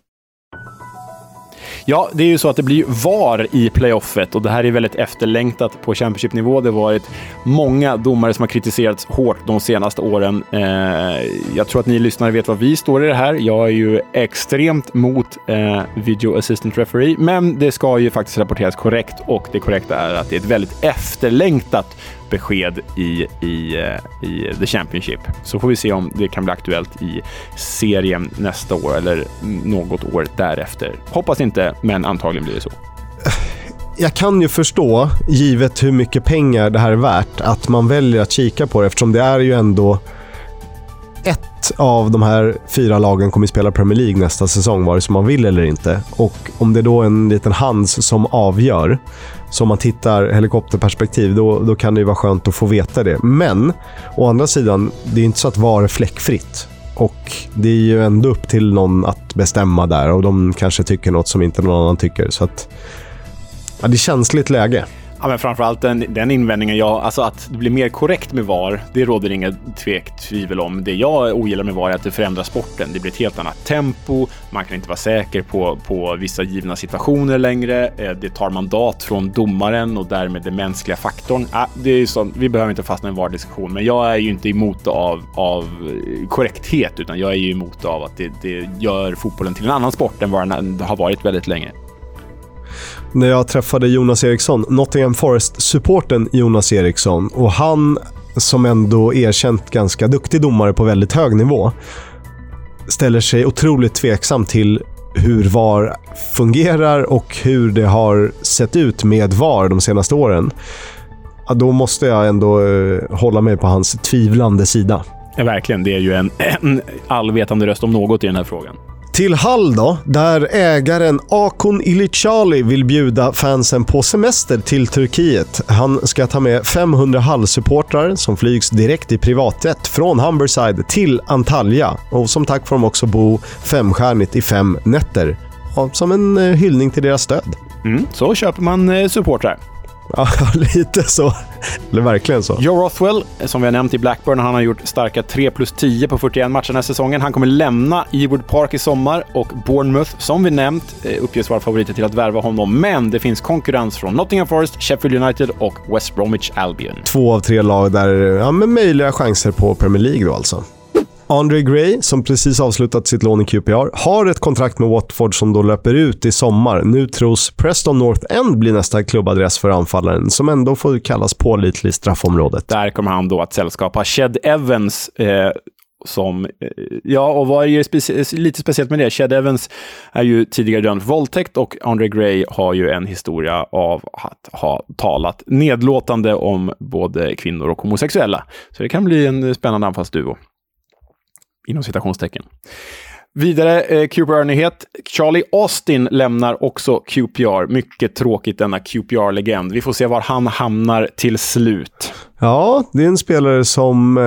Ja, det är ju så att det blir VAR i playoffet, och det här är väldigt efterlängtat på Championship-nivå. Det har varit många domare som har kritiserats hårt de senaste åren. Jag tror att ni lyssnare vet vad vi står i det här. Jag är ju extremt mot video assistant referee, men det ska ju faktiskt rapporteras korrekt, och det korrekta är att det är ett väldigt efterlängtat besked i The Championship. Så får vi se om det kan bli aktuellt i serien nästa år eller något år därefter. Hoppas inte, men antagligen blir det så. Jag kan ju förstå, givet hur mycket pengar det här är värt, att man väljer att kika på det, eftersom det är ju ändå ett av de här 4 lagen kommer att spela Premier League nästa säsong, vare sig man vill eller inte. Och om det då är en liten hands som avgör, så om man tittar helikopterperspektiv, då kan det ju vara skönt att få veta det. Men å andra sidan, det är inte så att VAR är fläckfritt. Och det är ju ändå upp till någon att bestämma där, och de kanske tycker något som inte någon annan tycker. Så att ja, det är känsligt läge. Ja, men framförallt den invändningen, alltså att det blir mer korrekt med VAR, det råder inget tvivel om. Det jag ogillar med VAR är att det förändrar sporten. Det blir ett helt annat tempo, man kan inte vara säker på vissa givna situationer längre. Det tar mandat från domaren och därmed den mänskliga faktorn. Det är så, vi behöver inte fastna i en VAR-diskussion, men jag är ju inte emot av korrekthet, utan jag är ju emot av att det gör fotbollen till en annan sport än vad den har varit väldigt länge. När jag träffade Jonas Eriksson, Nottingham Forest-supporten Jonas Eriksson, och han som ändå erkänt ganska duktig domare på väldigt hög nivå, ställer sig otroligt tveksam till hur VAR fungerar och hur det har sett ut med VAR de senaste åren. Ja, då måste jag ändå hålla mig på hans tvivlande sida. Ja, verkligen. Det är ju en allvetande röst om något i den här frågan. Till Hull då, där ägaren Akon Ilicali vill bjuda fansen på semester till Turkiet. Han ska ta med 500 Hull-supportrar som flygs direkt i privatjet från Humberside till Antalya. Och som tack får de också bo 5-stjärnigt i 5 nätter. Ja, som en hyllning till deras stöd. Så köper man supportrar. Ja, lite så. Eller verkligen så. Joe Rothwell, som vi har nämnt i Blackburn, han har gjort starka 3+10 på 41 matcher den här säsongen. Han kommer lämna Ewood Park i sommar, och Bournemouth, som vi nämnt, uppges vara favoriter till att värva honom. Men det finns konkurrens från Nottingham Forest, Sheffield United och West Bromwich Albion. 2 av 3 lag där, med möjliga chanser på Premier League då alltså. Andre Gray, som precis avslutat sitt lån i QPR, har ett kontrakt med Watford som då löper ut i sommar. Nu tros Preston North End bli nästa klubbadress för anfallaren, som ändå får kallas pålitlig straffområdet. Där kommer han då att sällskapa Ched Evans, och vad är ju lite speciellt med det? Ched Evans är ju tidigare dömd för våldtäkt, och Andre Gray har ju en historia av att ha talat nedlåtande om både kvinnor och homosexuella. Så det kan bli en spännande anfallsduo. Inom citationstecken. Vidare QPR-nyhet. Charlie Austin lämnar också QPR. Mycket tråkigt, denna QPR-legend. Vi får se var han hamnar till slut. Ja, det är en spelare som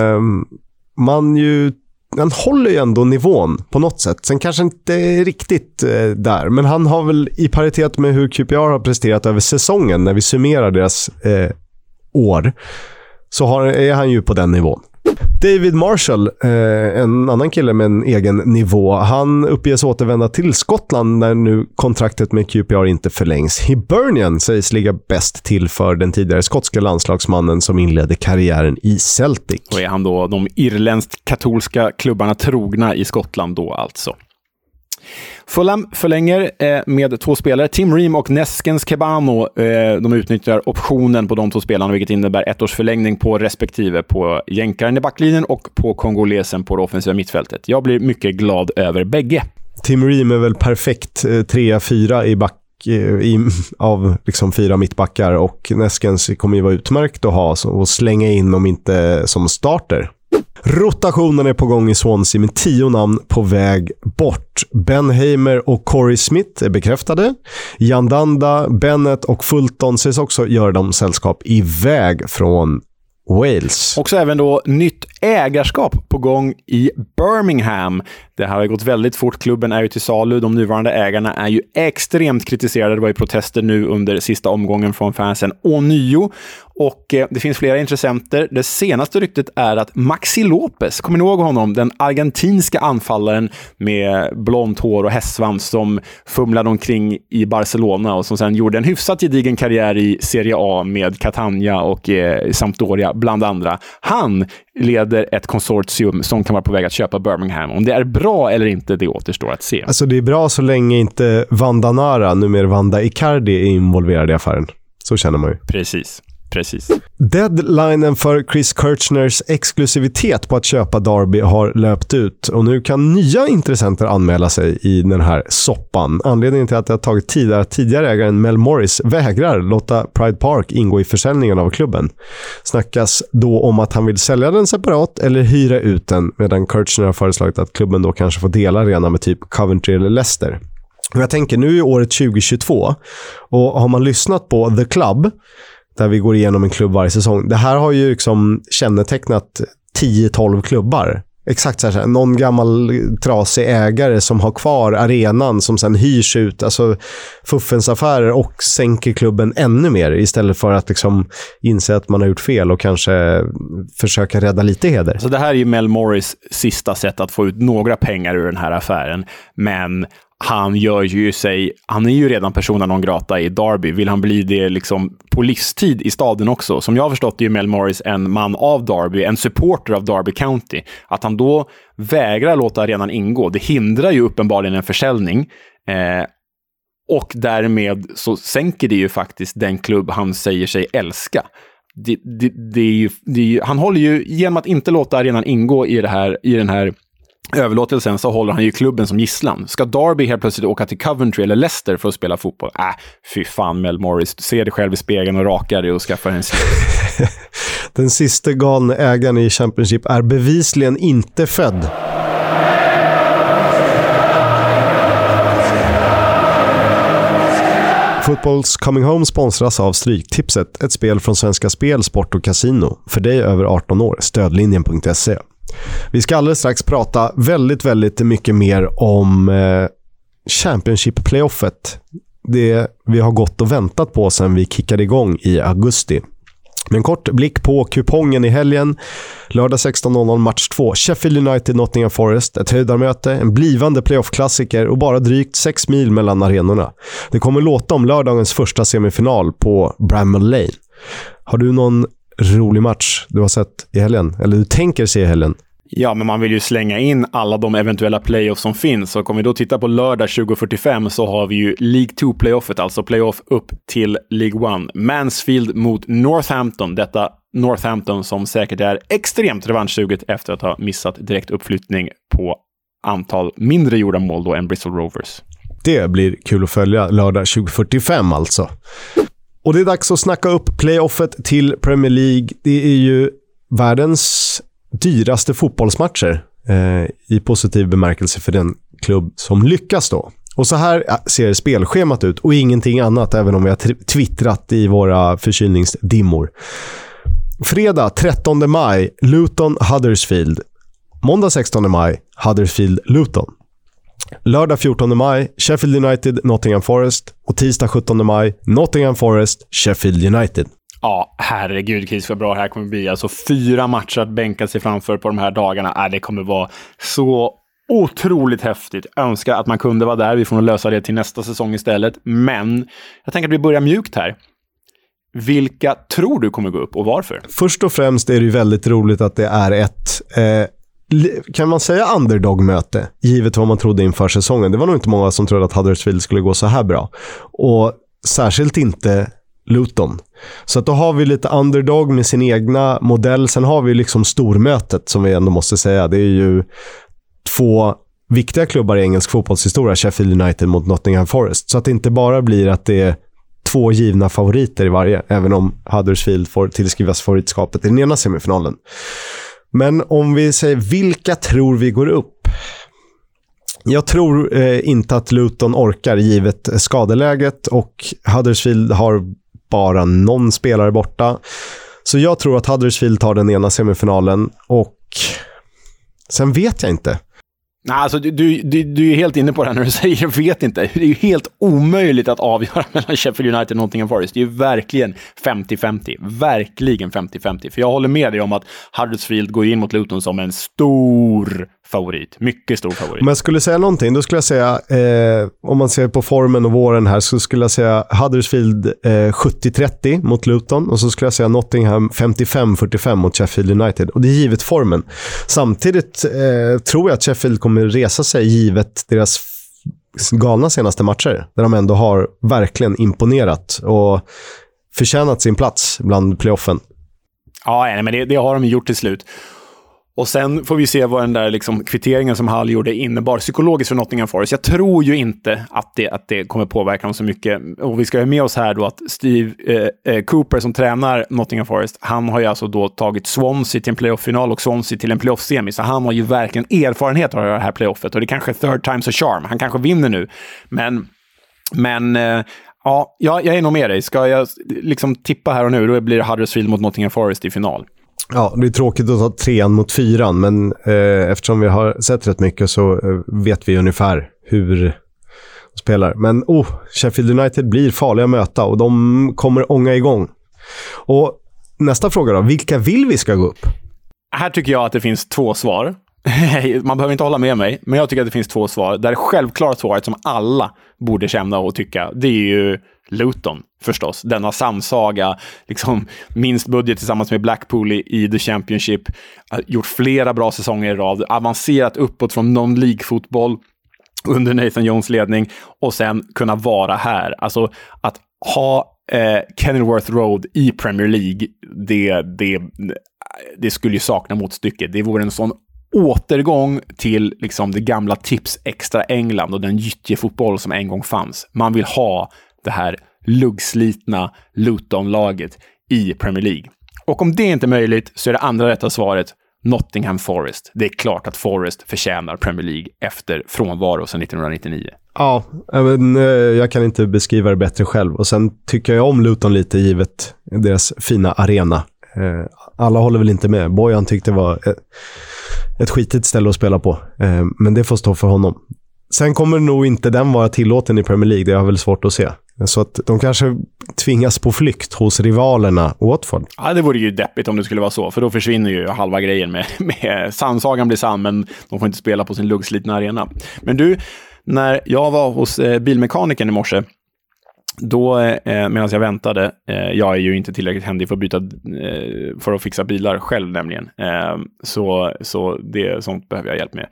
han håller ju ändå nivån på något sätt. Sen kanske inte riktigt där, men han har väl i paritet med hur QPR har presterat över säsongen, när vi summerar deras år, så är han ju på den nivån. David Marshall, en annan kille med en egen nivå, han uppges återvända till Skottland när nu kontraktet med QPR inte förlängs. Hibernian sägs ligga bäst till för den tidigare skotska landslagsmannen som inledde karriären i Celtic. Och är han då de irländskt katolska klubbarna trogna i Skottland då alltså? Fulham förlänger med 2 spelare, Tim Ream och Neskens Kebano. De utnyttjar optionen på de 2 spelarna, vilket innebär 1 års förlängning på respektive på jänkaren i backlinjen och på kongolesen på det offensiva mittfältet. Jag blir mycket glad över bägge. Tim Ream är väl perfekt 3-4 i back av liksom 4 mittbackar, och Neskens kommer ju vara utmärkt att ha och slänga in, om inte som starter. Rotationen är på gång i Swansea med 10 namn på väg bort. Ben Hamer och Corey Smith är bekräftade. Jandanda, Bennett och Fulton ses också göra dem sällskap iväg från Wales. Också även då nytt ägarskap på gång i Birmingham. Det här har gått väldigt fort. Klubben är ju till salu. De nuvarande ägarna är ju extremt kritiserade. Det var ju protester nu under sista omgången från fansen ånyo. Och det finns flera intressenter. Det senaste ryktet är att Maxi Lopez, kommer ni ihåg honom? Den argentinska anfallaren med blont hår och hästsvans som fumlade omkring i Barcelona och som sen gjorde en hyfsat gedigen karriär i Serie A med Catania och Sampdoria bland andra. Han leder ett konsortium som kan vara på väg att köpa Birmingham. Om det är bra eller inte, det återstår att se. Alltså det är bra så länge inte Vanda Nara, numera Vanda Icardi, är involverad i affären. Så känner man ju. Precis. Precis. Deadlinen för Chris Kirchners exklusivitet på att köpa Derby har löpt ut och nu kan nya intressenter anmäla sig i den här soppan. Anledningen till att det har tagit tid är att tidigare ägaren Mel Morris vägrar låta Pride Park ingå i försäljningen av klubben. Snackas då om att han vill sälja den separat eller hyra ut den, medan Kirchner har föreslagit att klubben då kanske får dela arena med typ Coventry eller Leicester. Och jag tänker, nu är året 2022 och har man lyssnat på The Club, där vi går igenom en klubb varje säsong. Det här har ju liksom kännetecknat 10-12 klubbar. Exakt så här, någon gammal trasig ägare som har kvar arenan som sen hyrs ut, alltså fuffens affärer, och sänker klubben ännu mer istället för att liksom inse att man har gjort fel och kanske försöka rädda lite heder. Så det här är ju Mel Morris sista sätt att få ut några pengar ur den här affären, men han är ju redan persona non grata i Derby. Vill han bli det liksom på livstid i staden också? Som jag har förstått är ju Mel Morris en man av Derby, en supporter av Derby County. Att han då vägrar låta arenan ingå, det hindrar ju uppenbarligen en försäljning. Och därmed så sänker det ju faktiskt den klubb han säger sig älska. Han håller ju, genom att inte låta arenan ingå i den här överlåtelsen, så håller han ju klubben som gisslan. Ska Derby helt plötsligt åka till Coventry eller Leicester för att spela fotboll? Fy fan Mel Morris. Se dig själv i spegeln och raka dig och skaffa en slips. Den sista galna ägaren i Championship är bevisligen inte född. Fotbolls Coming Home sponsras av Stryktipset, ett spel från Svenska Spel, Sport och Casino. För dig över 18 år, stödlinjen.se. Vi ska alldeles strax prata väldigt, väldigt mycket mer om Championship-playoffet. Det vi har gått och väntat på sedan vi kickade igång i augusti. Men kort blick på kupongen i helgen. Lördag 16.00 match 2. Sheffield United, Nottingham Forest. Ett höjdarmöte, en blivande playoff-klassiker och bara drygt 6 mil mellan arenorna. Det kommer låta om lördagens första semifinal på Bramall Lane. Har du någon rolig match du har sett i helgen? Eller du tänker se i helgen? Ja, men man vill ju slänga in alla de eventuella playoffs som finns. Och om vi då tittar på lördag 20:45 så har vi ju League 2-playoffet, alltså playoff upp till League 1. Mansfield mot Northampton. Detta Northampton som säkert är extremt revanschsuget efter att ha missat direkt uppflyttning på antal mindre gjorda mål då än Bristol Rovers. Det blir kul att följa lördag 20:45 alltså. Och det är dags att snacka upp playoffet till Premier League. Det är ju världens dyraste fotbollsmatcher i positiv bemärkelse för den klubb som lyckas då. Och så här ser spelschemat ut och ingenting annat, även om vi har twittrat i våra förkylningsdimmor. Fredag 13 maj, Luton Huddersfield. Måndag 16 maj, Huddersfield Luton. Lördag 14 maj, Sheffield United Nottingham Forest. Och tisdag 17 maj, Nottingham Forest Sheffield United. Ja, herregud, Chris, för bra här kommer bli. Alltså 4 matcher att bänka sig framför på de här dagarna. Det kommer vara så otroligt häftigt. Önskar att man kunde vara där. Vi får nog lösa det till nästa säsong istället. Men jag tänker att vi börjar mjukt här. Vilka tror du kommer gå upp och varför? Först och främst är det ju väldigt roligt att det är ett kan man säga underdog-möte, givet vad man trodde inför säsongen. Det var nog inte många som trodde att Huddersfield skulle gå så här bra. Och särskilt inte Luton. Så att då har vi lite underdog med sin egna modell. Sen har vi liksom stormötet som vi ändå måste säga. Det är ju 2 viktiga klubbar i engelsk fotbollshistoria, Sheffield United mot Nottingham Forest. Så att det inte bara blir att det är 2 givna favoriter i varje, även om Huddersfield får tillskrivas favoritskapet i den ena semifinalen. Men om vi säger vilka tror vi går upp? Jag tror inte att Luton orkar givet skadeläget, och Huddersfield har bara någon spelare borta. Så jag tror att Huddersfield tar den ena semifinalen, och sen vet jag inte. Nej, alltså du är helt inne på det här när du säger jag vet inte. Det är ju helt omöjligt att avgöra mellan Sheffield United och Nottingham Forest. Det är ju verkligen 50-50. Verkligen 50-50. För jag håller med dig om att Huddersfield går in mot Luton som en stor favorit. Mycket stor favorit. Om jag skulle säga någonting, då skulle jag säga om man ser på formen och våren här, så skulle jag säga Huddersfield 70-30 mot Luton, och så skulle jag säga Nottingham 55-45 mot Sheffield United. Och det är givet formen. Samtidigt tror jag att Sheffield kommer resa sig givet deras galna senaste matcher, där de ändå har verkligen imponerat. Och förtjänat sin plats bland playoffen. Ja, men det har de gjort till slut. Och sen får vi se vad den där liksom kvitteringen som Hull gjorde innebar psykologiskt för Nottingham Forest. Jag tror ju inte att det kommer påverka dem så mycket. Och vi ska ha med oss här då att Steve Cooper som tränar Nottingham Forest, han har ju alltså då tagit Swansea till en playoff-final och Swansea till en playoff-semi. Så han har ju verkligen erfarenhet av det här playoffet. Och det är kanske third time's a charm. Han kanske vinner nu. Men ja, jag är nog med dig. Ska jag liksom tippa här och nu, då blir det Huddersfield mot Nottingham Forest i final. Ja, det är tråkigt att ta 3 mot 4, men eftersom vi har sett rätt mycket så vet vi ungefär hur de spelar. Men Sheffield United blir farliga att möta och de kommer ånga igång. Och nästa fråga då, vilka vill vi ska gå upp? Här tycker jag att det finns 2 svar. Man behöver inte hålla med mig, men jag tycker att det finns 2 svar. Där det självklart svaret som alla borde känna och tycka, det är ju Luton förstås. Denna samsaga, liksom minst budget tillsammans med Blackpool i The Championship. Gjort flera bra säsonger i rad. Avancerat uppåt från non-league-fotboll under Nathan Jones ledning och sen kunna vara här. Alltså att ha Kenilworth Road i Premier League, det skulle ju sakna motstycke. Det vore en sån återgång till liksom det gamla Tips Extra England och den gyttjefotboll som en gång fanns. Man vill ha det här luggslitna Luton-laget i Premier League. Och om det inte är möjligt så är det andra rätta svaret Nottingham Forest. Det är klart att Forest förtjänar Premier League efter frånvaro sedan 1999. Ja, men jag kan inte beskriva det bättre själv. Och sen tycker jag om Luton lite givet deras fina arena. Alla håller väl inte med. Bojan tyckte det var ett skitigt ställe att spela på. Men det får stå för honom. Sen kommer nog inte den vara tillåten i Premier League. Det har väl svårt att se. Så att de kanske tvingas på flykt hos rivalerna Watford. Ja, det vore ju deppigt om det skulle vara så. För då försvinner ju halva grejen med samsagan blir sann, men de får inte spela på sin luggslitna arena. Men du, när jag var hos bilmekanikern i morse, då medan jag väntade, jag är ju inte tillräckligt händig för att fixa bilar själv nämligen. Så det sånt behöver jag hjälp med.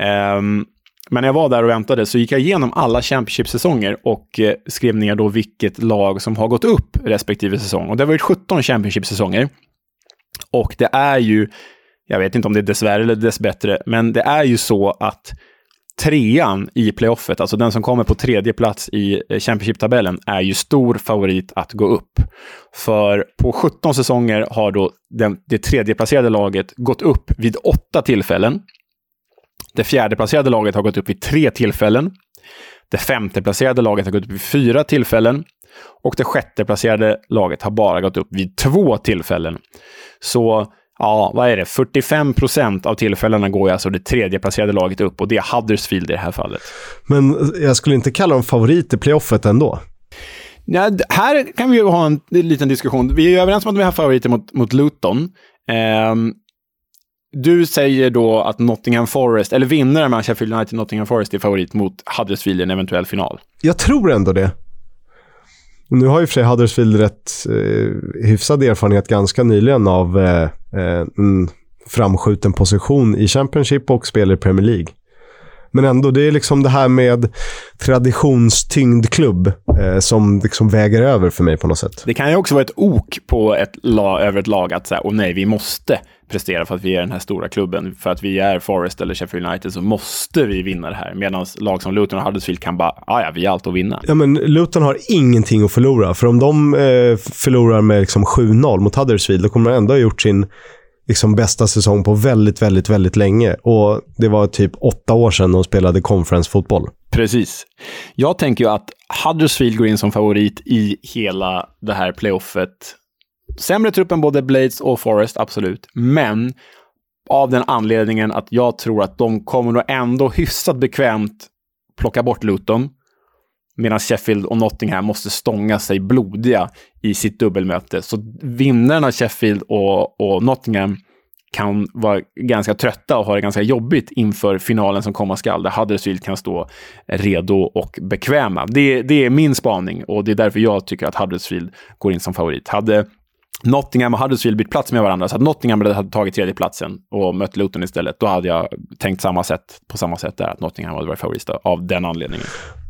Men när jag var där och väntade så gick jag igenom alla Championship-säsonger och skrev ner då vilket lag som har gått upp respektive säsong. Och det har varit 17 Championship-säsonger. Och det är ju, jag vet inte om det är dessvärre eller dessbättre, men det är ju så att 3:an i playoffet, alltså den som kommer på 3:e plats i Championship-tabellen, är ju stor favorit att gå upp. För på 17 säsonger har då det 3:e-placerade laget gått upp vid 8 tillfällen. Det 4:e-placerade laget har gått upp vid 3 tillfällen. Det 5:e-placerade laget har gått upp vid 4 tillfällen. Och det 6:e-placerade laget har bara gått upp vid 2 tillfällen. Så ja, vad är det? 45% av tillfällena går alltså det 3:e-placerade laget upp. Och det är Huddersfield i det här fallet. Men jag skulle inte kalla dem favorit i playoffet ändå. Ja, här kan vi ju ha en liten diskussion. Vi är överens om att vi har favoriter mot Luton. Du säger då att Nottingham Forest, eller vinnare mellan Sheffield United och Nottingham Forest, är favorit mot Huddersfield i en eventuell final. Jag tror ändå det. Nu har ju för sig Huddersfield rätt hyfsad erfarenhet ganska nyligen av en framskjuten position i Championship och spelar i Premier League. Men ändå, det är liksom det här med traditionstyngd klubb som liksom väger över för mig på något sätt. Det kan ju också vara ett ok på över ett lag att säga, nej, vi måste prestera för att vi är den här stora klubben. För att vi är Forest eller Sheffield United så måste vi vinna det här. Medan lag som Luton och Huddersfield kan bara, vi är allt att vinna. Ja, men Luton har ingenting att förlora. För om de förlorar med liksom 7-0 mot Huddersfield, då kommer de ändå ha gjort sin liksom bästa säsong på väldigt, väldigt, väldigt länge. Och det var typ 8 år sedan de spelade conference-fotboll. Precis. Jag tänker ju att Huddersfield går in som favorit i hela det här playoffet. Sämre trupp än både Blades och Forest, absolut. Men av den anledningen att jag tror att de kommer nog ändå hyfsat bekvämt plocka bort Luton. Medan Sheffield och Nottingham måste stånga sig blodiga i sitt dubbelmöte. Så vinnarna Sheffield och Nottingham kan vara ganska trötta och ha det ganska jobbigt inför finalen som komma skall. Där Huddersfield kan stå redo och bekväma. Det är min spaning och det är därför jag tycker att Huddersfield går in som favorit. Hade Nottingham och Huddersfield bytt plats med varandra så att Nottingham hade tagit 3:e platsen och mött Luton istället, då hade jag tänkt på samma sätt där, att Nottingham hade varit favorit av den anledningen.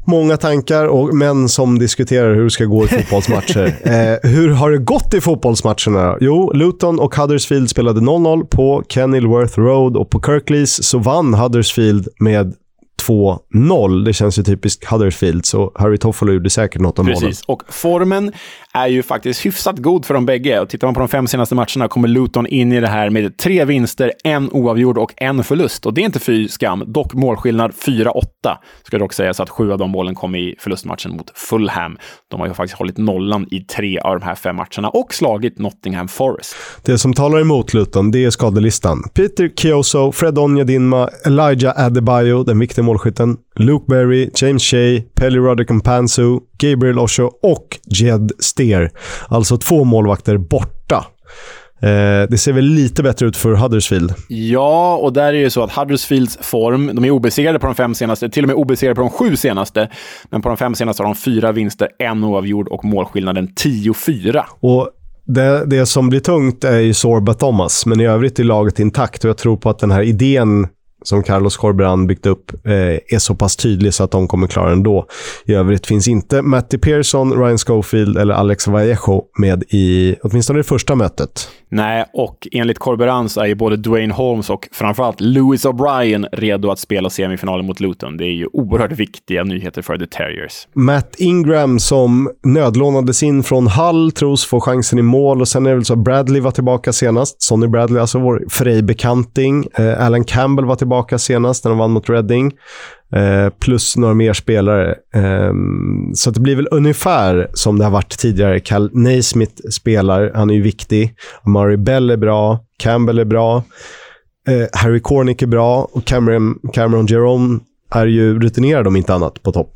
Många tankar och män som diskuterar hur det ska gå i fotbollsmatcher. Hur har det gått i fotbollsmatcherna? Jo, Luton och Huddersfield spelade 0-0 på Kenilworth Road och på Kirklees så vann Huddersfield med 2-0. Det känns ju typiskt Huddersfield, så Harry Toffolo gjorde säkert något om målen. Precis, och formen är ju faktiskt hyfsat god för de bägge. Och tittar man på de 5 senaste matcherna kommer Luton in i det här med 3 vinster, 1 oavgjord och 1 förlust. Och det är inte fy skam, dock målskillnad 4-8. Ska dock säga så att 7 av de målen kom i förlustmatchen mot Fulham. De har ju faktiskt hållit nollan i 3 av de här 5 matcherna och slagit Nottingham Forest. Det som talar emot Luton, det är skadelistan. Peter Kioso, Fred Onyedinma, Elijah Adebayo, den viktiga målskytten, Luke Berry, James Shea, Pelly Roderick-Mpanzu, Gabriel Osho och Jed Steer. Alltså 2 målvakter borta. Det ser väl lite bättre ut för Huddersfield. Ja, och där är det så att Huddersfields form, de är obesegrade på de 5 senaste, till och med obesegrade på de 7 senaste, men på de 5 senaste har de 4 vinster, 1 oavgjord och målskillnaden 10-4. Och det som blir tungt är ju Sorba Thomas, men i övrigt är laget intakt och jag tror på att den här idén som Carlos Corberán byggt upp är så pass tydlig så att de kommer klara ändå. I övrigt finns inte Matty Pearson, Ryan Schofield eller Alex Vallejo med i åtminstone det första mötet. Nej, och enligt Corberán så är ju både Dwayne Holmes och framförallt Lewis O'Brien redo att spela semifinalen mot Luton. Det är ju oerhört viktiga nyheter för The Terriers. Matt Ingram som nödlånades in från Hull tros få chansen i mål och sen är det väl så att Bradley var tillbaka senast. Sonny Bradley, alltså vår Frej-bekanting. Alan Campbell var tillbaka senast när de vann mot Reading. Plus några mer spelare. Så det blir väl ungefär som det har varit tidigare. Cal Naismith spelar, han är ju viktig. Amari Bell är bra, Campbell är bra, Harry Cornick är bra och Cameron Jerome är ju rutinerad om inte annat på topp.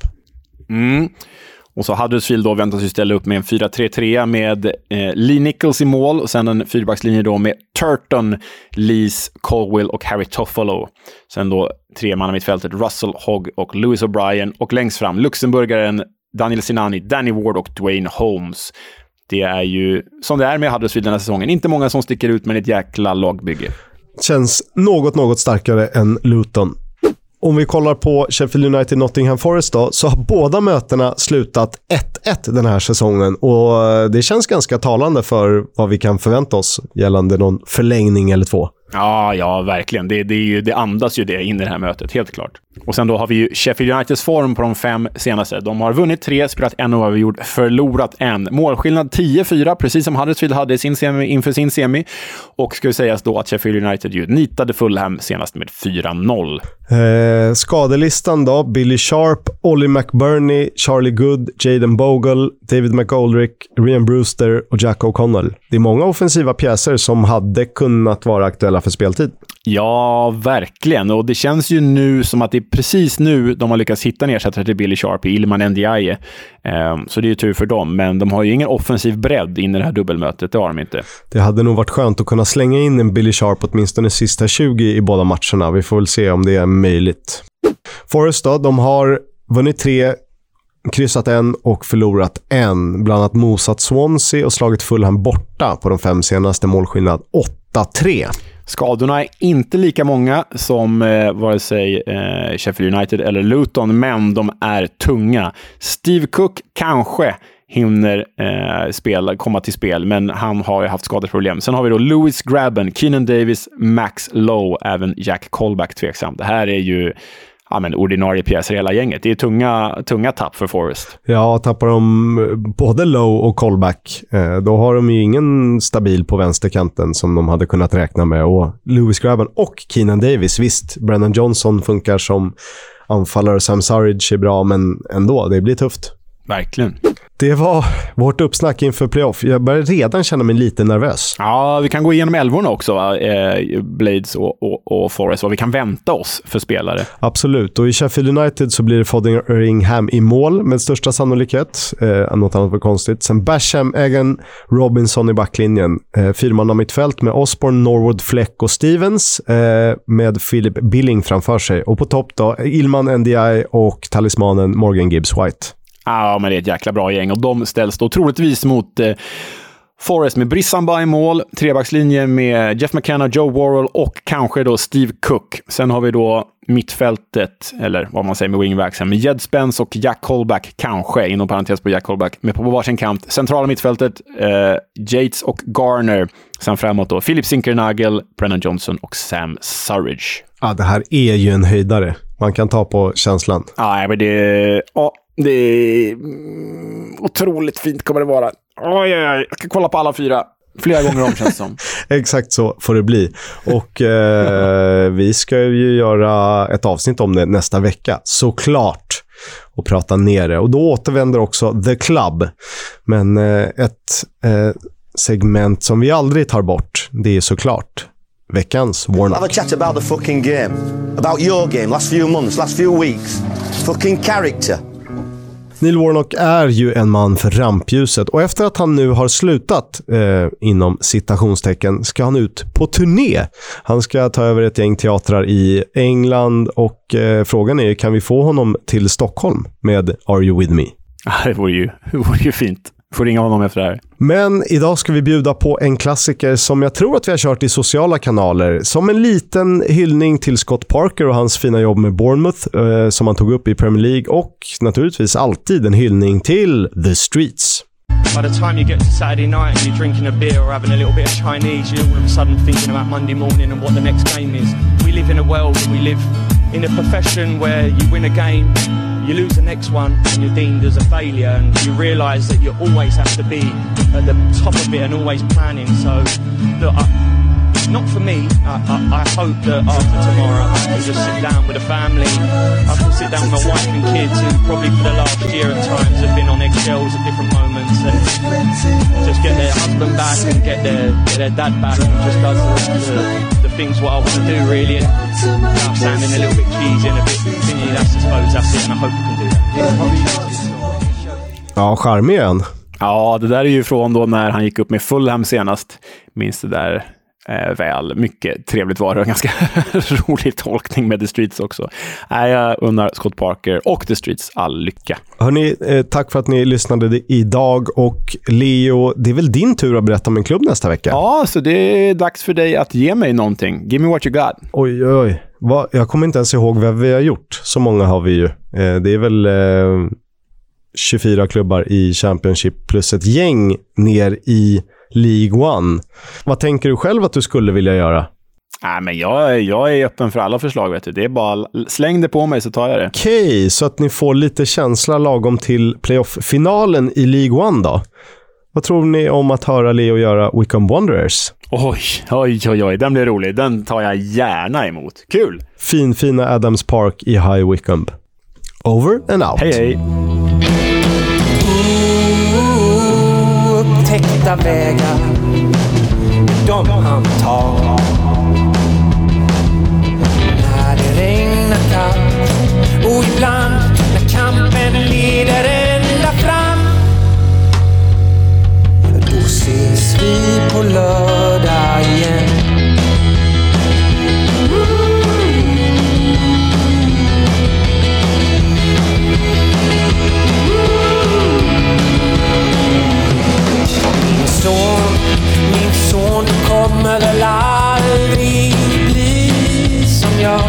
Och så Huddersfield då väntas ju ställa upp med en 4-3-3 med Lee Nichols i mål och sen en 4-backslinje då med Turton, Lees, Colwill och Harry Toffolo. Sen då 3 man i mittfältet, Russell, Hogg och Lewis O'Brien och längst fram Luxemburgaren Daniel Sinani, Danny Ward och Dwayne Holmes. Det är ju som det är med Huddersfield den här säsongen. Inte många som sticker ut med ett jäkla lagbygge. Känns något starkare än Luton. Om vi kollar på Sheffield United Nottingham Forest då, så har båda mötena slutat 1-1 den här säsongen och det känns ganska talande för vad vi kan förvänta oss gällande någon förlängning eller 2. Ja, verkligen. Det andas ju det in i det här mötet, helt klart. Och sen då har vi ju Sheffield Uniteds form på de 5 senaste. De har vunnit 3, spelat 1 oavgjord, förlorat 1. Målskillnad 10-4, precis som Huddersfield hade inför sin semi. Och ska ju sägas då att Sheffield United ju nitade Fulham senast med 4-0. Skadelistan då, Billy Sharp, Ollie McBurney, Charlie Good, Jayden Bogle, David McGoldrick, Ryan Brewster och Jack O'Connell. Det är många offensiva pjäser som hade kunnat vara aktuella för speltid. Ja, verkligen. Och det känns ju nu som att det är precis nu de har lyckats hitta en ersättare till Billy Sharp i Ilman Ndiaye. Så det är ju tur för dem. Men de har ju ingen offensiv bredd in i det här dubbelmötet. Det har de inte. Det hade nog varit skönt att kunna slänga in en Billy Sharp åtminstone sista 20 i båda matcherna. Vi får väl se om det är möjligt. Forest då, de har vunnit 3, kryssat 1 och förlorat 1. Bland annat mosat Swansea och slagit Fulham borta på de 5 senaste, målskillnad 8-3. Skadorna är inte lika många som vare sig Sheffield United eller Luton, men de är tunga. Steve Cook kanske hinner komma till spel, men han har ju haft skadeproblem. Sen har vi då Lewis Grabban, Keenan Davis, Max Lowe, även Jack Colback tveksam. Det här är ju ordinarie pjäser i hela gänget. Det är tunga tapp för Forest. Ja, tappar de både Lowe och Colback, då har de ju ingen stabil på vänsterkanten som de hade kunnat räkna med. Och Lewis Grabban och Keenan Davis, visst, Brennan Johnson funkar som anfallare, Sam Surridge är bra, men ändå, det blir tufft. Verkligen. Det var vårt uppsnack inför playoff. Jag börjar redan känna mig lite nervös. Ja, vi kan gå igenom älvorna också, Blades och Forest, vad vi kan vänta oss för spelare. Absolut, och i Sheffield United så blir det Fotheringham i mål med största sannolikhet. Något annat var konstigt. Sen Basham, Egan, Robinson i backlinjen. 4-manna mittfält med Osborne, Norwood, Fleck och Stevens med Philip Billing framför sig. Och på topp då, Ilman Ndiaye och talismanen Morgan Gibbs White. Ja, men det är ett jäkla bra gäng och de ställs då troligtvis mot Forest med Brissamba i mål, trebackslinje med Jeff McKenna, Joe Worrell och kanske då Steve Cook. Sen har vi då mittfältet, eller vad man säger med wingbacksen, med Jed Spence och Jack Colback, kanske, inom parentes på Jack Colback, med på varsin kant. Centrala mittfältet, Yates och Garner. Sen framåt då Philip Zinkernagel, Brennan Johnson och Sam Surridge. Ja, det här är ju en höjdare. Man kan ta på känslan. Ja, men det är otroligt fint kommer det vara. Oj, jag ska kolla på alla 4 flera gånger om, känns som. Exakt så får det bli. Och vi ska ju göra ett avsnitt om det nästa vecka, såklart. Och prata ner det. Och då återvänder också The Club. Men ett segment som vi aldrig tar bort, det är såklart veckans warm-up. Have a chat about the fucking game. About your game, last few months, last few weeks. Fucking character. Neil Warnock är ju en man för rampljuset och efter att han nu har slutat inom citationstecken ska han ut på turné. Han ska ta över ett gäng teatrar i England och frågan är, kan vi få honom till Stockholm med Are You With Me? Det vore ju fint. Får ringa honom efter det här. Men idag ska vi bjuda på en klassiker som jag tror att vi har kört i sociala kanaler. Som en liten hyllning till Scott Parker och hans fina jobb med Bournemouth som han tog upp i Premier League. Och naturligtvis alltid en hyllning till The Streets. By the time you get to Saturday night and you're drinking a beer or having a little bit of Chinese, you're all of a sudden thinking about Monday morning and what the next game is. We live in a world and we live in a profession where you win a game, you lose the next one and you're deemed as a failure, and you realise that you always have to be at the top of it and always planning. So look, not for me. I hope that after tomorrow I can just sit down with a family. I can sit down with my wife and kids who probably for the last year at times have been on eggshells at different moments, and just get their husband back and get their dad back and just does the things what I want to do really. And I'm sounding a little bit cheesy and a bit thingy, I suppose that's it, and I hope we can do that. Ja, charmig igen. Ja, det där är ju från då när han gick upp med Fulham senast. Minns det där väl. Mycket trevligt var det. En ganska rolig tolkning med The Streets också. Jag undrar Scott Parker och The Streets all lycka. Hörrni, tack för att ni lyssnade idag. Och Leo, det är väl din tur att berätta om en klubb nästa vecka? Ja, så det är dags för dig att ge mig någonting. Give me what you got. Oj. Jag kommer inte ens ihåg vad vi har gjort. Så många har vi ju. Det är väl 24 klubbar i Championship plus ett gäng ner i League One. Vad tänker du själv att du skulle vilja göra? Nej, men jag är öppen för alla förslag, vet du. Det är bara släng det på mig så tar jag det. Okej, så att ni får lite känsla lagom till playoff-finalen i League One då. Vad tror ni om att höra Leo göra Wycombe Wanderers? Oj, den blir rolig. Den tar jag gärna emot. Kul! Fina Adams Park i High Wycombe. Over and out. Hej. Upptäckta vägar, de han tar. När det regnar kallt och ibland när kampen leder ända fram, då ses vi på lördag igen. Min son kommer väl aldrig bli som jag.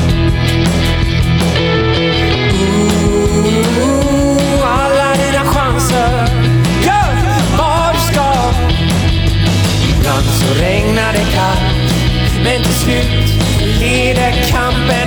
Alla dina chanser, gör vad du ska. Ibland så regnar det kallt, men till slut leder kampen